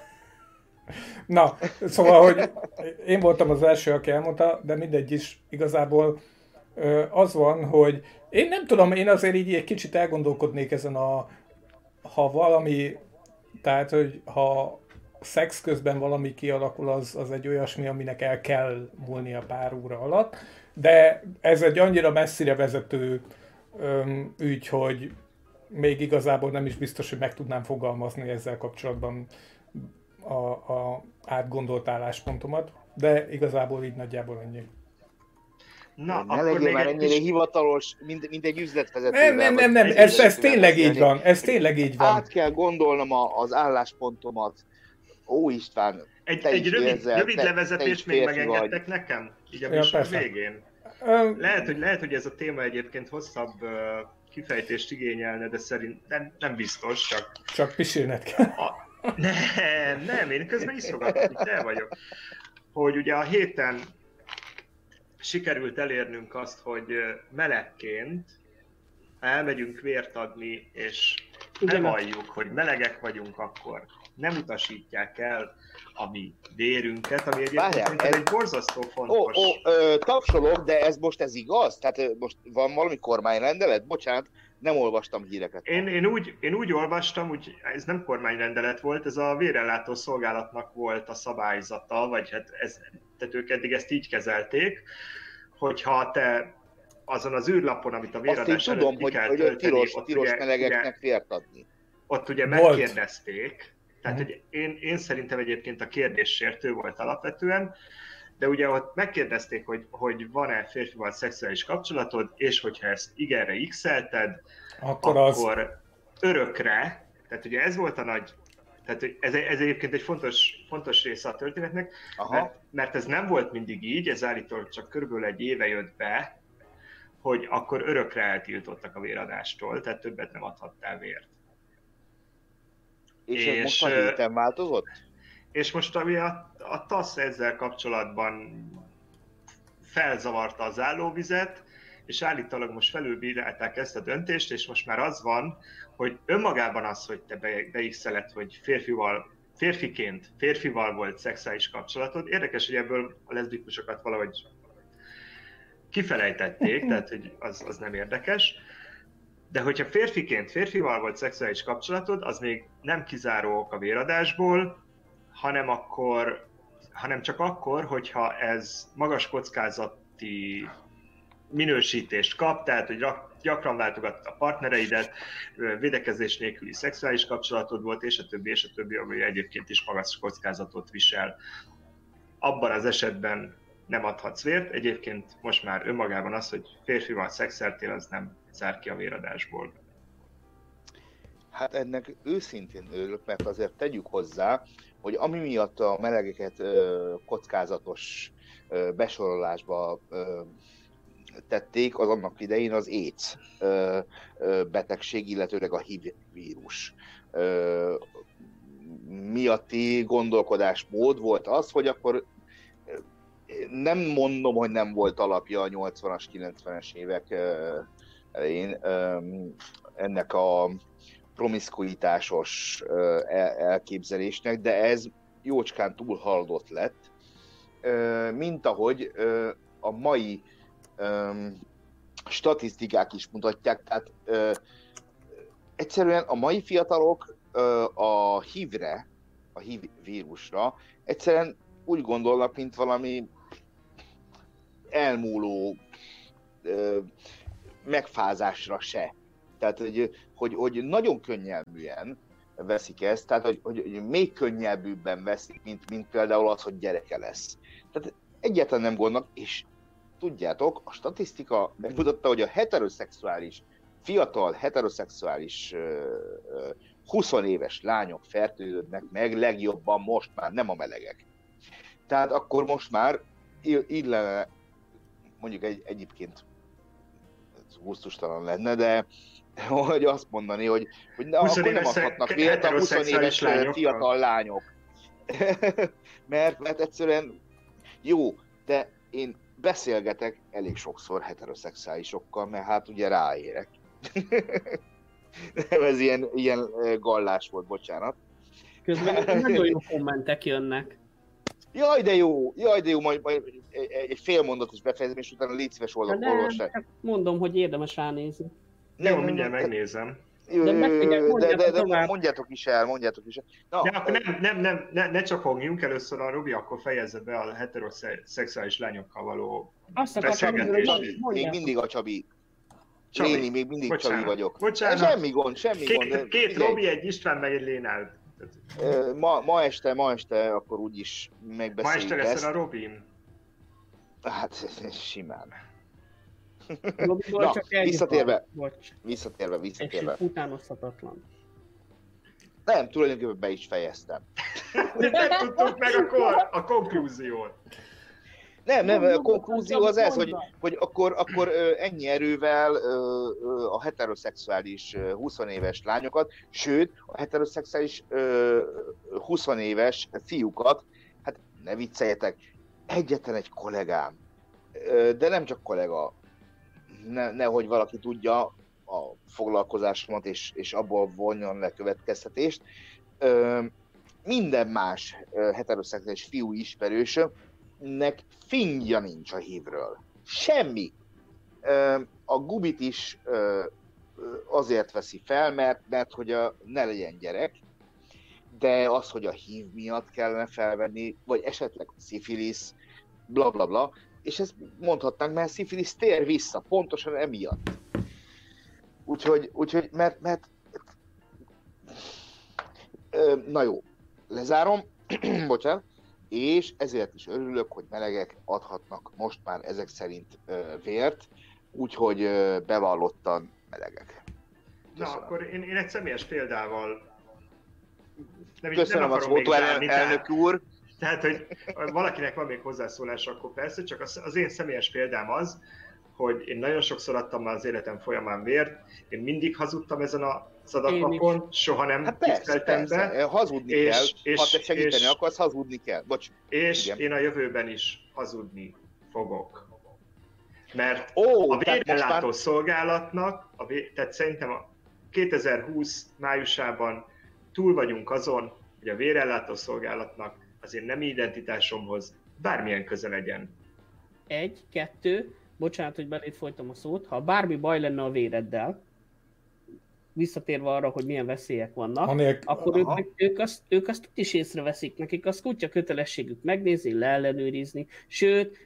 Na, szóval, hogy én voltam az első, aki elmondta, de mindegy is, igazából az van, hogy én nem tudom, én azért így egy kicsit elgondolkodnék ezen a, ha valami, tehát, hogy ha szex közben valami kialakul, az, az egy olyasmi, aminek el kell múlnia pár óra alatt, de ez egy annyira messzire vezető öm, ügy, hogy még igazából nem is biztos, hogy meg tudnám fogalmazni ezzel kapcsolatban a, a átgondolt álláspontomat, de igazából így nagyjából ennyi.
Na, ne legyél már ennyire kis... hivatalos, mint, mint egy üzletvezető.
Nem, nem, nem, nem. ez, ez tényleg így van, ez tényleg így van.
Át kell gondolnom a, az álláspontomat. Ó István,
Egy, egy rövid, érzel, rövid te, levezetés te még megengedtek vagy. Nekem? Így a műsor ja, végén. Um, lehet, hogy, lehet, hogy ez a téma egyébként hosszabb uh, kifejtést igényelne, de szerint nem, nem biztos, csak...
Csak pisilned kell.
A, nem, nem, én közben iszogatok, itt el vagyok. Hogy ugye a héten sikerült elérnünk azt, hogy melegként elmegyünk vért adni, és bevalljuk, hogy melegek vagyunk, akkor nem utasítják el a mi vérünket, ami egyébként
Várjál,
szerintem
ez-
egy borzasztó fontos.
Ó, ó, ö, tapsolok, de ez most ez igaz? Tehát ö, most van valami kormányrendelet? Bocsánat, nem olvastam híreket.
Én, én, úgy, én úgy olvastam, hogy ez nem kormányrendelet volt, ez a vérellátó szolgálatnak volt a szabályzata, vagy hát ez, tehát ők eddig ezt így kezelték, hogyha te azon az űrlapon, amit a
Azt én
véradás
tudom,
előtt ki
hogy,
kell
hogy a
tölteni,
tilos,
ott
tilos
ugye-
melegeknek
ugye-
vért adni.
ott ugye
Volt.
megkérdezték, tehát hogy én, én szerintem egyébként a kérdés sértő volt alapvetően, de ugye ott megkérdezték, hogy, hogy van-e férfival szexuális kapcsolatod, és hogyha ezt igenre x-elted,
Akkor az...
akkor örökre, tehát ugye ez volt a nagy, tehát hogy ez, ez egyébként egy fontos, fontos része a történetnek,
Aha.
mert, mert ez nem volt mindig így, ez állítólag csak körülbelül egy éve jött be, hogy akkor örökre eltiltottak a véradástól, tehát többet nem adhattál vért.
És, és ez most
és,
a
ö,
héten változott?
És most ami a, a TASZ ezzel kapcsolatban felzavarta az állóvizet, és állítólag most felülbírálták ezt a döntést, és most már az van, hogy önmagában az, hogy te be, beixeled, hogy férfival, férfiként, férfival volt szexuális kapcsolatod. Érdekes, hogy ebből a leszbikusokat valahogy kifelejtették, tehát hogy az, az nem érdekes. De hogyha férfiként, férfival volt szexuális kapcsolatod, az még nem kizáró ok a véradásból, hanem akkor, hanem csak akkor, hogyha ez magas kockázati minősítést kap, tehát hogy gyakran váltogattad a partnereidet, védekezés nélküli szexuális kapcsolatod volt, és a többi, és a többi, ami egyébként is magas kockázatot visel. Abban az esetben nem adhatsz vért, egyébként most már önmagában az, hogy férfival szexeltél, az nem zár ki a véradásból.
Hát ennek őszintén örülök, mert azért tegyük hozzá, hogy ami miatt a melegeket ö, kockázatos ö, besorolásba ö, tették, az annak idején az AIDS ö, ö, betegség, illetőleg a há i vé vírus ö, miatti gondolkodásmód volt az, hogy akkor nem mondom, hogy nem volt alapja a nyolcvanas, kilencvenes évek ö, elején ö, ennek a promiszkuitásos ö, elképzelésnek, de ez jócskán túlhaladott lett, ö, mint ahogy ö, a mai ö, statisztikák is mutatják, tehát ö, egyszerűen a mai fiatalok ö, a há i vé-re, a há i vé vírusra egyszerűen úgy gondolnak, mint valami elmúló ö, megfázásra se. Tehát, hogy, hogy, hogy nagyon könnyelműen veszik ezt, tehát, hogy, hogy, hogy még könnyelműbben veszik, mint, mint például az, hogy gyereke lesz. Tehát egyáltalán nem gondolnak, és tudjátok, a statisztika megmutatta, hogy a heteroszexuális, fiatal heteroszexuális húsz éves lányok fertőződnek meg legjobban most már, nem a melegek. Tehát akkor most már így lenne, mondjuk egy, egyébként gusztustalan lenne, de hogy azt mondani, hogy, hogy na, akkor nem adhatnak vért a húsz éves fiatal lányok. mert, mert egyszerűen jó, de én beszélgetek elég sokszor heteroszexuálisokkal, mert hát ugye ráérek. Nem, ez ilyen, ilyen gallás volt, bocsánat.
Közben nagyon jó kommentek jönnek.
Jaj, de jó, jaj, de jó, majd, majd egy, egy fél mondatos befejezem, és utána légy szíves olvasni.
Mondom, hogy érdemes ránézni.
Jó, nem, mindjárt nem, megnézem.
De, megfigyel,
de, de, de mondjátok is el, mondjátok is el.
Na, de akkor nem, nem, nem, ne, ne csapogjunk először a Robi, akkor fejezze be a heteroszexuális lányokkal való beszélgetést.
Még mindig a Csabi.
Csabi.
Léni, még mindig bocsánat, Csabi vagyok.
Bocsánat.
Semmi gond, semmi
két,
gond.
Két figyelj. Robi, egy István, meg egy Lénárd.
Ma, ma este, ma este akkor úgyis megbeszéljük
Ma este
ezt.
lesz a Robin.
Hát simán.
Robiból
Na,
csak
visszatérve, visszatérve, visszatérve.
És utánozhatatlan.
Nem, tulajdonképpen be is fejeztem.
Nem tudtuk meg a, kor, a konklúziót.
Nem, nem, a konklúzió az ez, hogy, hogy akkor, akkor ennyi erővel a heteroszexuális húsz éves lányokat, sőt, a heteroszexuális húsz éves fiúkat, hát ne vicceljetek, egyetlen egy kollégám, de nem csak kollega, ne, nehogy valaki tudja a foglalkozásomat, és, és abból vonjon le következtetést. minden más heteroszexuális fiú ismerősömnek fingja nincs a hívről. Semmi. A Gubit is azért veszi fel, mert, mert hogy a, ne legyen gyerek, de az, hogy a hív miatt kellene felvenni, vagy esetleg a szifilisz, bla bla bla, és ezt mondhatnánk, mert a szifilisz tér vissza, pontosan emiatt. Úgyhogy, úgyhogy mert, mert na jó, lezárom, bocsánat, és ezért is örülök, hogy melegek adhatnak most már ezek szerint vért, úgyhogy bevallottan melegek.
Köszönöm. Na, akkor én, én egy személyes példával nem,
Köszönöm
nem
a fotó elnök úr.
Tehát, hogy valakinek van még hozzászólás, akkor persze, csak az, az én személyes példám az, hogy én nagyon sokszor adtam már az életem folyamán vért, én mindig hazudtam ezen az adatlapon, soha nem
hát persze,
tiszteltem
persze.
be.
Hazudni
és,
kell,
és,
ha te segíteni
és,
akarsz, hazudni kell. Bocs.
És
igen.
Én a jövőben is hazudni fogok. Mert
Ó,
a vérellátó
már...
szolgálatnak, a vé... tehát szerintem a kétezer-húsz májusában túl vagyunk azon, hogy a vérellátó szolgálatnak az én nemi identitásomhoz bármilyen köze legyen.
Egy, kettő, bocsánat, hogy belét folytam a szót, ha bármi baj lenne a véreddel, visszatérve arra, hogy milyen veszélyek vannak, Anék... akkor ők, ők, azt, ők azt is észreveszik, nekik az kutya kötelességük megnézni, leellenőrizni, sőt,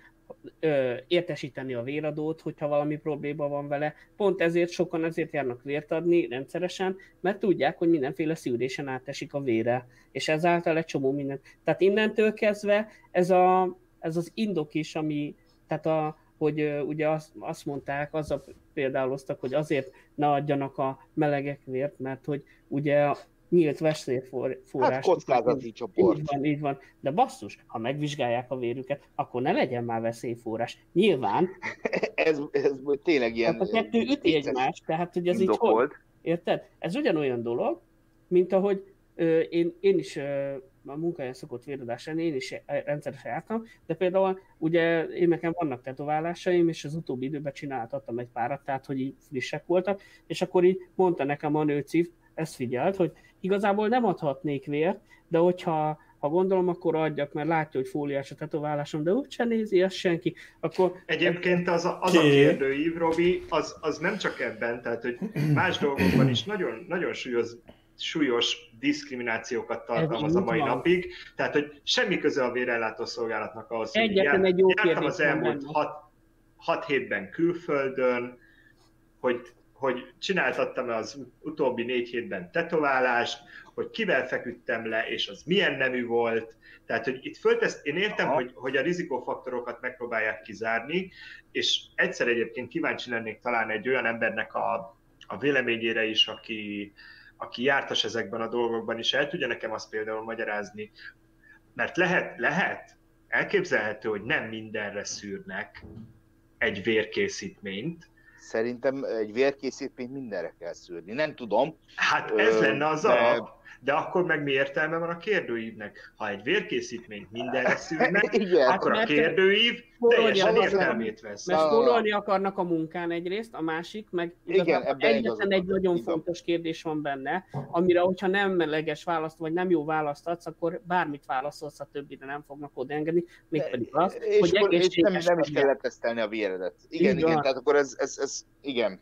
ö, értesíteni a véradót, hogyha valami probléma van vele. Pont ezért sokan ezért járnak vért adni rendszeresen, mert tudják, hogy mindenféle szűrésen átesik a vére, és ezáltal egy csomó mindent. Tehát innentől kezdve ez, a, ez az indok is, ami, tehát a, hogy uh, ugye azt, azt mondták, azzal példáloztak, hogy azért ne adjanak a melegek vért, mert hogy ugye nyílt veszélyforrás.
Hát kockázati csoport.
Így van, így van. De basszus, ha megvizsgálják a vérüket, akkor ne legyen már veszélyforrás. Nyilván.
ez, ez tényleg ilyen...
Tehát a kettő üti egymást, tehát hogy ez így hogy, érted? Ez ugyanolyan dolog, mint ahogy ö, én, én is ö, a munkáján szokott véradás lenni, én is rendszeresen jártam, de például ugye én nekem vannak tetoválásaim, és az utóbbi időben csináltattam egy párat, tehát hogy így frissek voltak, és akkor így mondta nekem a nőciv, ezt figyelt, hogy igazából nem adhatnék vért, de hogyha ha gondolom, akkor adjak, mert látja, hogy fóliás a tetoválásom, de úgyse nézi ezt senki, akkor...
Egyébként az a, az a kérdőív, Robi, az, az nem csak ebben, tehát hogy más dolgokban is nagyon, nagyon súlyos, súlyos diszkriminációkat tartalmaz a mai van. napig, tehát hogy semmi köze a vérellátó szolgálatnak ahhoz, hogy
Egyetlen egy jó
jártam az elmúlt hat, hat hétben külföldön, hogy hogy csináltattam az utóbbi négy hétben tetoválást, hogy kivel feküdtem le, és az milyen nemű volt. Tehát, hogy itt föltesz, én értem, hogy, hogy a rizikófaktorokat megpróbálják kizárni, és egyszer egyébként kíváncsi lennék talán egy olyan embernek a, a véleményére is, aki, aki jártas ezekben a dolgokban, és el tudja nekem azt például magyarázni. Mert lehet, lehet, elképzelhető, hogy nem mindenre szűrnek egy vérkészítményt.
Szerintem egy vérkészítményt mindenre kell szűrni. Nem tudom.
Hát ez Ö, lenne az de... alap, de akkor meg mi értelme van a kérdőívnek? Ha egy vérkészítményt mindenre szűrnek, igen, akkor a kérdőív teljesen értelmét vesz.
Mert spórolni akarnak a munkán egyrészt, a másik, meg
igen,
egyetlen egy nagyon igen. fontos kérdés van benne, amire, hogyha nem meleges választ, vagy nem jó választ adsz, akkor bármit válaszolsz, a többire nem fognak odaengedni, mégpedig azt,
és
hogy
akkor,
egészséges
és nem, nem is kell letesztelni a véredet. Igen, igen, igen, tehát akkor ez, ez, ez igen.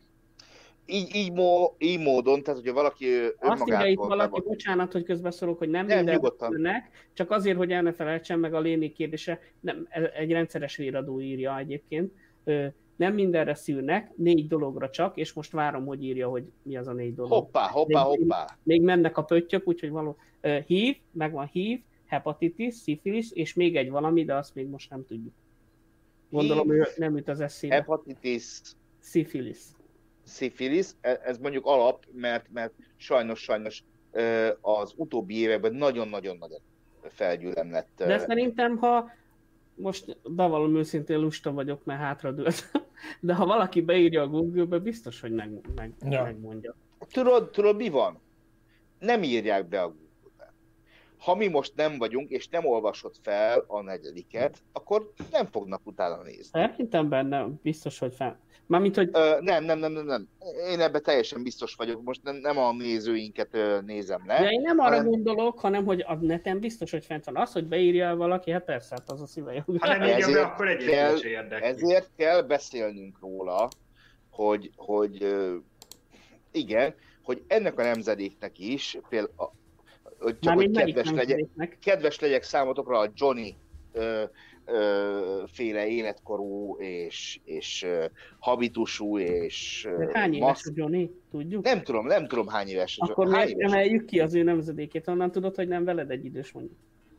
Így, így, mó, így módon, tehát hogyha valaki önmagától...
Azt írja itt valaki, bocsánat, hogy közbeszólok, hogy nem, nem minden szűrnek, csak azért, hogy el ne felejtsen meg a Léni kérdése, nem, egy rendszeres véradó írja egyébként, nem mindenre szűrnek, négy dologra csak, és most várom, hogy írja, hogy mi az a négy dolog.
Hoppá, hoppá,
még,
hoppá.
Még, még mennek a pöttyök, úgyhogy való. hív, megvan hív, hepatitis, szifilisz, és még egy valami, de azt még most nem tudjuk. Gondolom, hogy nem jut az eszébe.
Hepatitis.
Szifilisz.
Szifilisz, ez mondjuk alap, mert, mert sajnos, sajnos az utóbbi években nagyon-nagyon-nagyon felgyűlöm lett.
De szerintem, ha most bevallom őszintén lusta vagyok, mert hátradőlt, de ha valaki beírja a Google-be, biztos, hogy meg, meg, ja. megmondja.
Tudod, tudod, mi van? Nem írják be a Google-be. ha mi most nem vagyunk, és nem olvasod fel a negyediket, akkor nem fognak utána nézni.
Szerintem benne biztos, hogy fel. Mármint, hogy...
Ö, nem, nem, nem, nem, nem. Én ebben teljesen biztos vagyok. Most nem, nem a nézőinket ö, nézem le.
Ja, én nem arra
hanem...
gondolok, hanem hogy a neten biztos, hogy fent van. Az, hogy beírja valaki, hát persze, hát az a szíve jó.
Ha nem írja be, akkor egyébként se érdekli.
Ezért kell beszélnünk róla, hogy, hogy ö, igen, hogy ennek a nemzedéknek is, például, a, hogy csak hogy kedves legyek, kedves legyek számotokra a Johnny ö, ö, féle életkorú és, és ö, habitusú és
de hány éves massz... a Johnny? Tudjuk?
Nem tudom, nem tudom hány éves.
Akkor miért emeljük ki az ő nemzedékét? Onnan tudod, hogy nem veled egy idős mondjuk.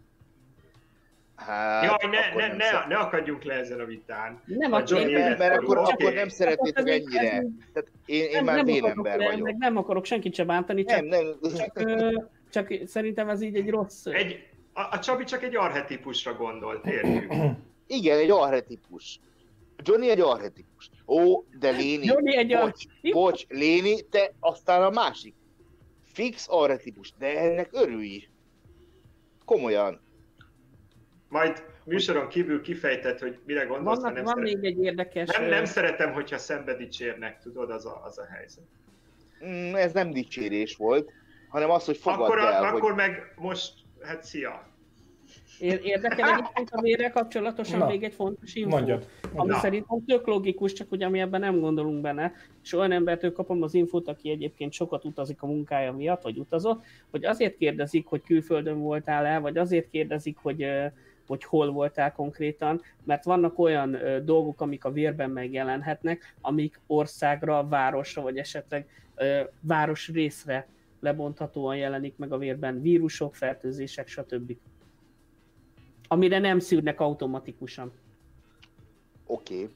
Hát, Jaj, ne, ne, ne, ne akadjunk le ezen a vitán.
Nem
a
Johnny
mert, mert akkor, okay. akkor nem szeretnétek ennyire. Tehát én, én nem, már vénember vagyok.
Meg nem akarok senkit sem bántani, csak, nem, nem. Csak, csak szerintem ez így egy rossz...
Egy, a, a Csabi csak egy arhetipusra gondolt, értjük.
Igen, egy arhetipus. Johnny egy arhetipus. Ó, de Léni,
Johnny egy
bocs, bocs, Léni, te aztán a másik. Fix arhetipus, de ennek örülj. Komolyan.
Majd műsoron kívül kifejtett, hogy mire gondolsz,
Vannak,
nem
van
szeret...
még egy érdekes...
Nem, nem szeretem, hogyha szembe dicsérnek, tudod, az a, az a helyzet.
Mm, ez nem dicsérés volt, hanem az, hogy fogadd
akkor a,
el,
Akkor
hogy...
meg most, hát szia!
Érdekel egyébként a vérrel kapcsolatosan
Na,
még egy fontos info,
mondjad, mondjad.
ami szerintem tök logikus, csak ugye mi ebben nem gondolunk benne, és olyan embertől kapom az infót, aki egyébként sokat utazik a munkája miatt, vagy utazott, hogy azért kérdezik, hogy külföldön voltál-e, vagy azért kérdezik, hogy, hogy hol voltál konkrétan, mert vannak olyan dolgok, amik a vérben megjelenhetnek, amik országra, városra, vagy esetleg városrészre lebonthatóan jelenik meg a vérben, vírusok, fertőzések, stb. Amire nem szűrnek automatikusan.
Oké. Okay.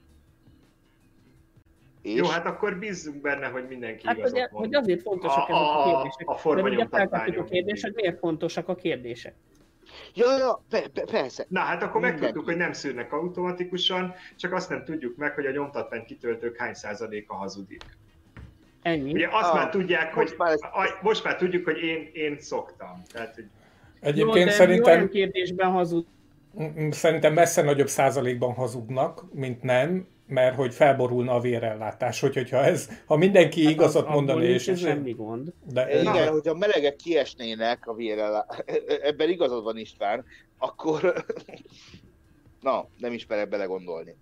Jó, hát akkor bízzunk benne, hogy mindenki
hát,
igazat
hogy,
mond.
hogy azért fontosak
a,
ezek a,
a
kérdések.
A, a
de ugye feltettük a kérdést, hogy miért fontosak a kérdések.
Ja, ja, pe, pe, persze.
Na hát akkor megtudtuk, hogy nem szűrnek automatikusan, csak azt nem tudjuk meg, hogy a nyomtatvány kitöltők hány százaléka hazudik.
Ennyi.
Ugye azt
ah,
már tudják,
most
hogy
már, ez...
a, most már tudjuk, hogy én, én szoktam. Tehát, hogy...
Egyébként
Jó,
szerintem...
olyan kérdésben hazud.
Szerintem messze nagyobb százalékban hazudnak, mint nem, mert hogy felborulna a vérellátás, hogy, hogyha ez, ha mindenki hát igazat az, mondani, és...
Ez semmi gond.
De, igen, hogyha a melegek kiesnének a vérellátás, ebben igazad van István, akkor... Na, nem is merek belegondolni.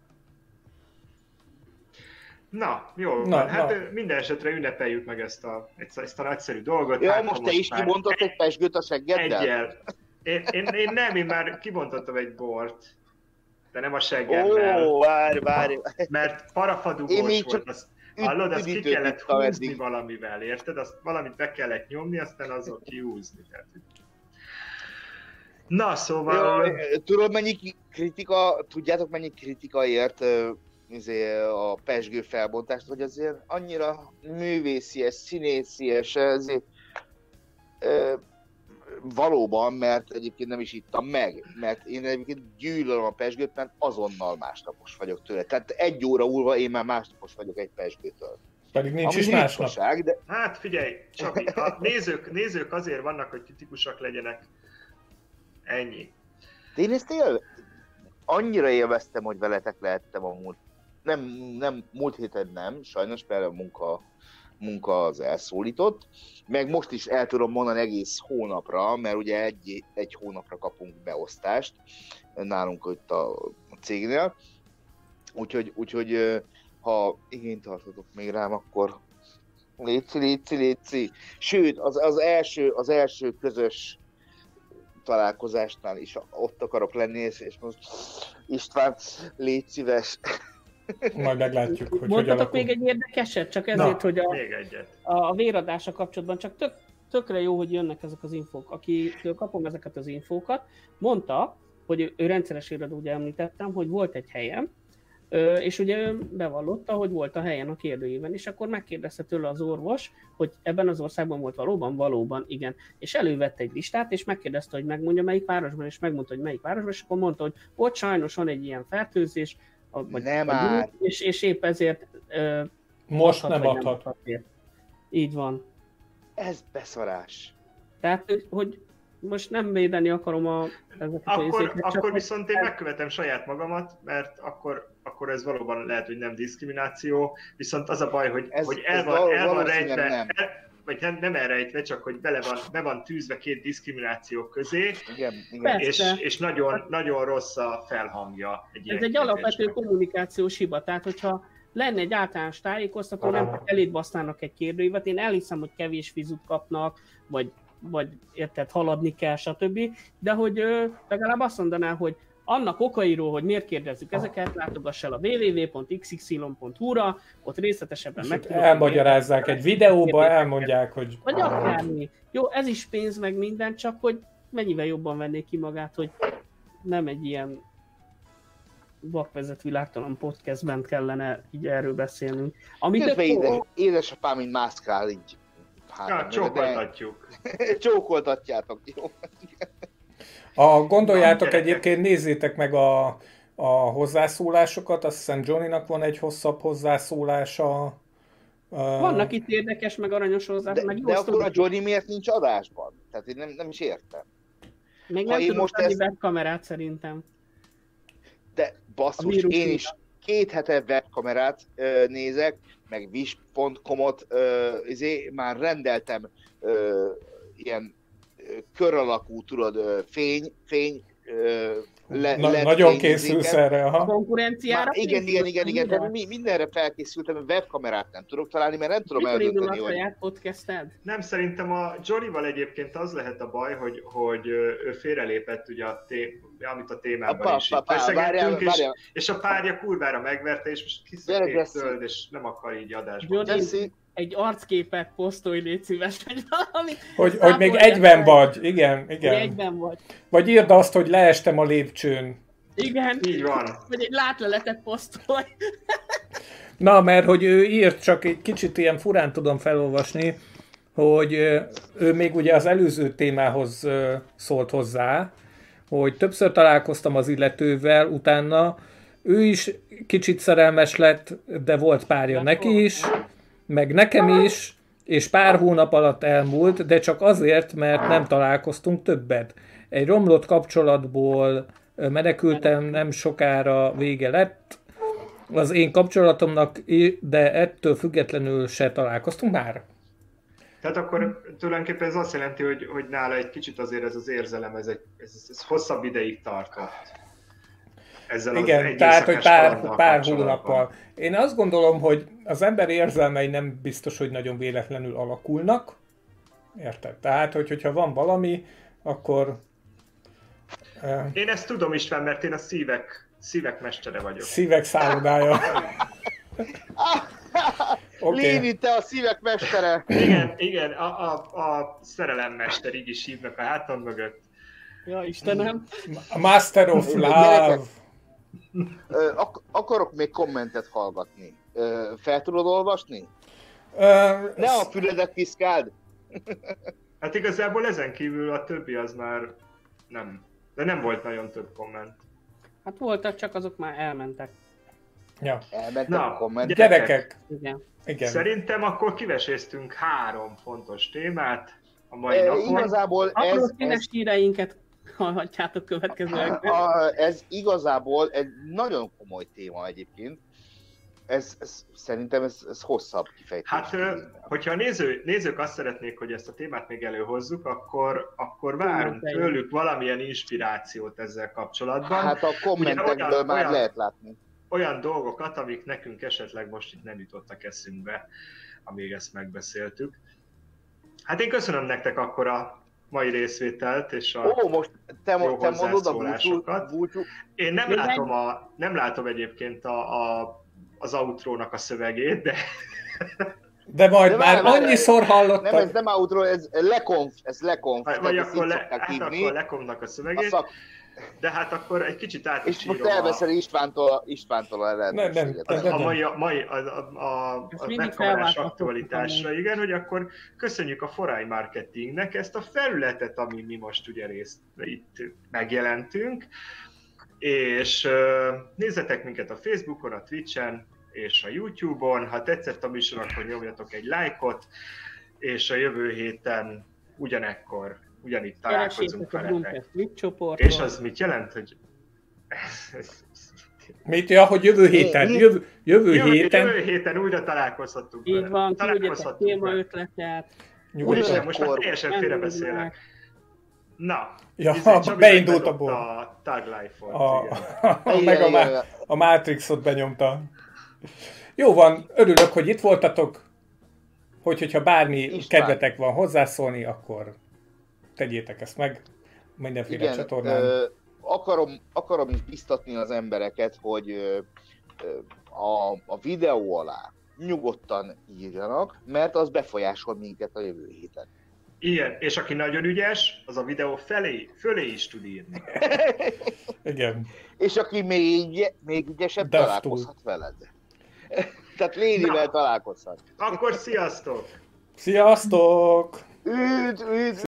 Na, jó,
na,
hát
na.
minden esetre ünnepeljük meg ezt a, ezt a nagyszerű dolgot.
Ja,
hát,
most te is kibontott egy pezsgőt a seggeddel?
Egyel. Én, én, én nem, én már kibontottam egy bort, de nem a seggemmel.
Ó, várj, várj.
Mert parafadugós volt, azt, hallod, azt ki kellett húzni
eddig.
valamivel, érted? Azt valamit be kellett nyomni, aztán azon kihúzni. Tehát... Na, szóval...
Jó, tudod, mennyi kritika, tudjátok, mennyi kritika ért a pezsgő felbontást, hogy azért annyira művészies, színészies, ezért e, valóban, mert egyébként nem is ittam meg, mert én egyébként gyűlölöm a pezsgőt, mert azonnal másnapos vagyok tőle. Tehát egy óra múlva én már másnapos vagyok egy pezsgőtől.
Pedig nincs is másnap.
De... Hát figyelj, Csabi, a nézők, nézők azért vannak, hogy kritikusak legyenek. Ennyi.
De én ezt él... annyira élveztem, hogy veletek lehettem a múlt. Nem, nem, múlt héten nem, sajnos, mert a munka, munka az elszólított. Meg most is el tudom mondani egész hónapra, mert ugye egy, egy hónapra kapunk beosztást nálunk itt a, a cégnél. Úgyhogy, úgyhogy ha igényt tartotok még rám, akkor létszi, létszi, létszi. Sőt, az, az, első, az első közös találkozásnál is ott akarok lenni, és most István, légy szíves.
Majd meglátjuk, hogy
mondhatok még egy érdekeset, csak ezért,
Na,
hogy a, a véradása kapcsolatban csak tök, tökre jó, hogy jönnek ezek az infók. Akitől kapom ezeket az infókat, mondta, hogy ő rendszeres véradó, ugye említettem, hogy volt egy helyem, és ugye ő bevallotta, hogy volt a helyen a kérdőjében, és akkor megkérdezte tőle az orvos, hogy ebben az országban volt valóban, valóban, igen. És elővette egy listát, és megkérdezte, hogy megmondja melyik városban, és megmondta, hogy melyik városban, és akkor mondta, hogy ott sajnos van egy ilyen fertőzés, vagy,
nem
vagy
áll.
És, és épp ezért uh,
most adhat, nem adhat.
Nem Így van.
Ez beszarás.
Tehát, hogy most nem védeni akarom a...
Akkor, akkor viszont én megkövetem saját magamat, mert akkor, akkor ez valóban lehet, hogy nem diszkrimináció, viszont az a baj, hogy, ez, hogy el, van, val- el van rejtve, nem. El, vagy nem, nem elrejtve, csak hogy bele van, be van tűzve két diszkrimináció közé,
igen, igen.
És, és nagyon, nagyon rossz a felhangja. Egy
ez egy alapvető kommunikációs hiba, tehát hogyha lenne egy általános tájékoztató, ah. nem eléd basznának egy kérdőívet, én elhiszem, hogy kevés fizut kapnak, vagy, vagy érted, haladni kell, stb. De hogy ö, legalább azt mondaná, hogy annak okairól, hogy miért kérdezzük ezeket, látogass el a double-u double-u double pont x x y pont hu ra, ott részletesebben meg tudod.
Elmagyarázzák egy videóba, elmondják, hogy...
Vagy akármi. Jó, ez is pénz meg minden, csak hogy mennyivel jobban vennék ki magát, hogy nem egy ilyen vakvezet világtalan podcastben kellene így erről beszélnünk. Amit
Közben édes, édesapám, mint mászkál így.
Ja, csókoltatjuk.
Csókoltatjátok, jó.
A, gondoljátok egyébként, nézzétek meg a, a hozzászólásokat, azt hiszem Johnnynak van egy hosszabb hozzászólása.
Vannak itt érdekes, meg aranyos hozzászólások.
De, meg de akkor a Johnny miért nincs adásban? Tehát én nem, nem is értem.
Még ha nem tudom most ezt... webkamerát szerintem.
De basszus, én is két hete webkamerát ö, nézek, meg wish pont com-ot ö, izé, már rendeltem ö, ilyen ö, kör alakú, tudod, ö, fény, fény ö, le,
Na, nagyon készülsz erre,
aha. A konkurenciára?
Már, igen, igen, igen, igen, de mi, mindenre felkészültem, webkamerát nem tudok találni, mert nem tudom
eldönteni, hogy... Mikor indul a
saját
podcasted?
Nem, szerintem a Johnnyval egyébként az lehet a baj, hogy, hogy ő félrelépett ugye a té... amit a témában a pa, is pa, pa, beszélgettünk, és, és a párja kurvára megverte, és most kiszökék zöld, és nem akar így adásban.
Johnny, egy arcképet posztolj, légy szíves, vagy valami.
Hogy, hogy még egyben vagy, igen, igen.
Hogy egyben vagy.
Vagy írd azt, hogy leestem a lépcsőn.
Igen.
Így van.
Vagy egy látleletet posztolj.
Na, mert hogy ő írt, csak egy kicsit ilyen furán tudom felolvasni, hogy ő még ugye az előző témához szólt hozzá, hogy többször találkoztam az illetővel, utána ő is kicsit szerelmes lett, de volt párja neki is, meg nekem is, és pár hónap alatt elmúlt, de csak azért, mert nem találkoztunk többet. Egy romlott kapcsolatból menekültem, nem sokára vége lett az én kapcsolatomnak, de ettől függetlenül se találkoztunk már.
Tehát akkor tulajdonképpen ez azt jelenti, hogy, hogy nála egy kicsit azért ez az érzelem, ez, egy, ez, ez hosszabb ideig tartott. Ezzel
igen, tehát, hogy pár, pár hónappal. Én azt gondolom, hogy az ember érzelmei nem biztos, hogy nagyon véletlenül alakulnak. Érted? Tehát, hogy, hogyha van valami, akkor... Uh...
Én ezt tudom, István, mert én a szívek, szívek mestere vagyok.
Szívek szállodája.
Okay. Léni, te a szívek mestere!
Igen, igen, a, a, a szerelemmester, így is hívnak a hátam mögött.
Ja, Istenem!
A Master of Love!
Ak- akarok még kommentet hallgatni. Fel tudod olvasni?
Uh,
ne a füledet piszkáld!
Hát igazából ezen kívül a többi az már nem. De nem volt nagyon több komment.
Hát voltak, csak azok már elmentek.
Ja.
Elmentek
Na,
a kommentek.
Gyerekek!
Igen.
Igen.
Szerintem akkor kiveséztünk három fontos témát a mai e, napon.
Igazából ez...
Akkor színes híreinket hallhatjátok következőekben.
Ez igazából egy nagyon komoly téma egyébként. Ez, ez, szerintem ez, ez hosszabb kifejtés.
Hát, hogyha a néző, nézők azt szeretnék, hogy ezt a témát még előhozzuk, akkor, akkor várunk tőlük valamilyen inspirációt ezzel kapcsolatban.
Hát a kommentekből olyan, már olyan, lehet látni.
Olyan dolgokat, amik nekünk esetleg most itt nem jutottak eszünkbe, amíg ezt megbeszéltük. Hát én köszönöm nektek akkor a mai részvételt és a
Ó, most te,
jó
te mondod a
búcsú, búcsú. Én nem látom, a, nem látom egyébként a, a az outrónak a szövegét, de...
De majd de már várj, annyiszor hallottam.
Nem, ez nem outro, ez lekonf, ez lekonf.
Vagy, vagy akkor, le, hát akkor lekomnak a szövegét, a szak... de hát akkor egy kicsit át is
és most elveszed a... Istvántól, Istvántól a lehetőséget.
Nem, nem, a mai, a, mai a, a, a, a megkavarás aktualitásra, igen, hogy akkor köszönjük a Foráj Marketingnek ezt a felületet, ami mi most ugye részt itt megjelentünk, és uh, nézzetek minket a Facebookon, a Twitchen és a YouTube-on. Ha tetszett a műsor, akkor nyomjatok egy lájkot, és a jövő héten ugyanekkor ugyanígy találkozunk
Keresétek a
veletek.
Brumpet Twitch csoporton.
És az mit jelent, hogy...
Mit? Ja, hogy jövő héten, jövő, jövő,
jövő
héten...
Jövő héten újra találkozhatunk
Így van, küldjetek
Találkozhatunk vele.
témaötletet.
Úristen, most már
Akkor-
teljesen félrebeszélek. Na,
Ja,
izé, Csabi
beindult a
megdobta
bor.
a Tag Life-ot,
A,
igen.
meg a,
Igen,
má-
igen.
a Matrixot benyomta. Jó van, örülök, hogy itt voltatok. Hogy, hogyha bármi
István.
kedvetek van hozzászólni, akkor tegyétek ezt meg mindenféle
Igen,
csatornán.
ö, akarom, akarom is biztatni az embereket, hogy ö, ö, a, a videó alá nyugodtan írjanak, mert az befolyásol minket a jövő héten.
Igen, és aki nagyon ügyes, az a videó felé, fölé is tud írni.
Igen.
És aki még, még ügyesebb,
Death
találkozhat veled. Tehát Lénivel
Na.
találkozhat.
Akkor sziasztok!
Sziasztok!
Üdv, üdv!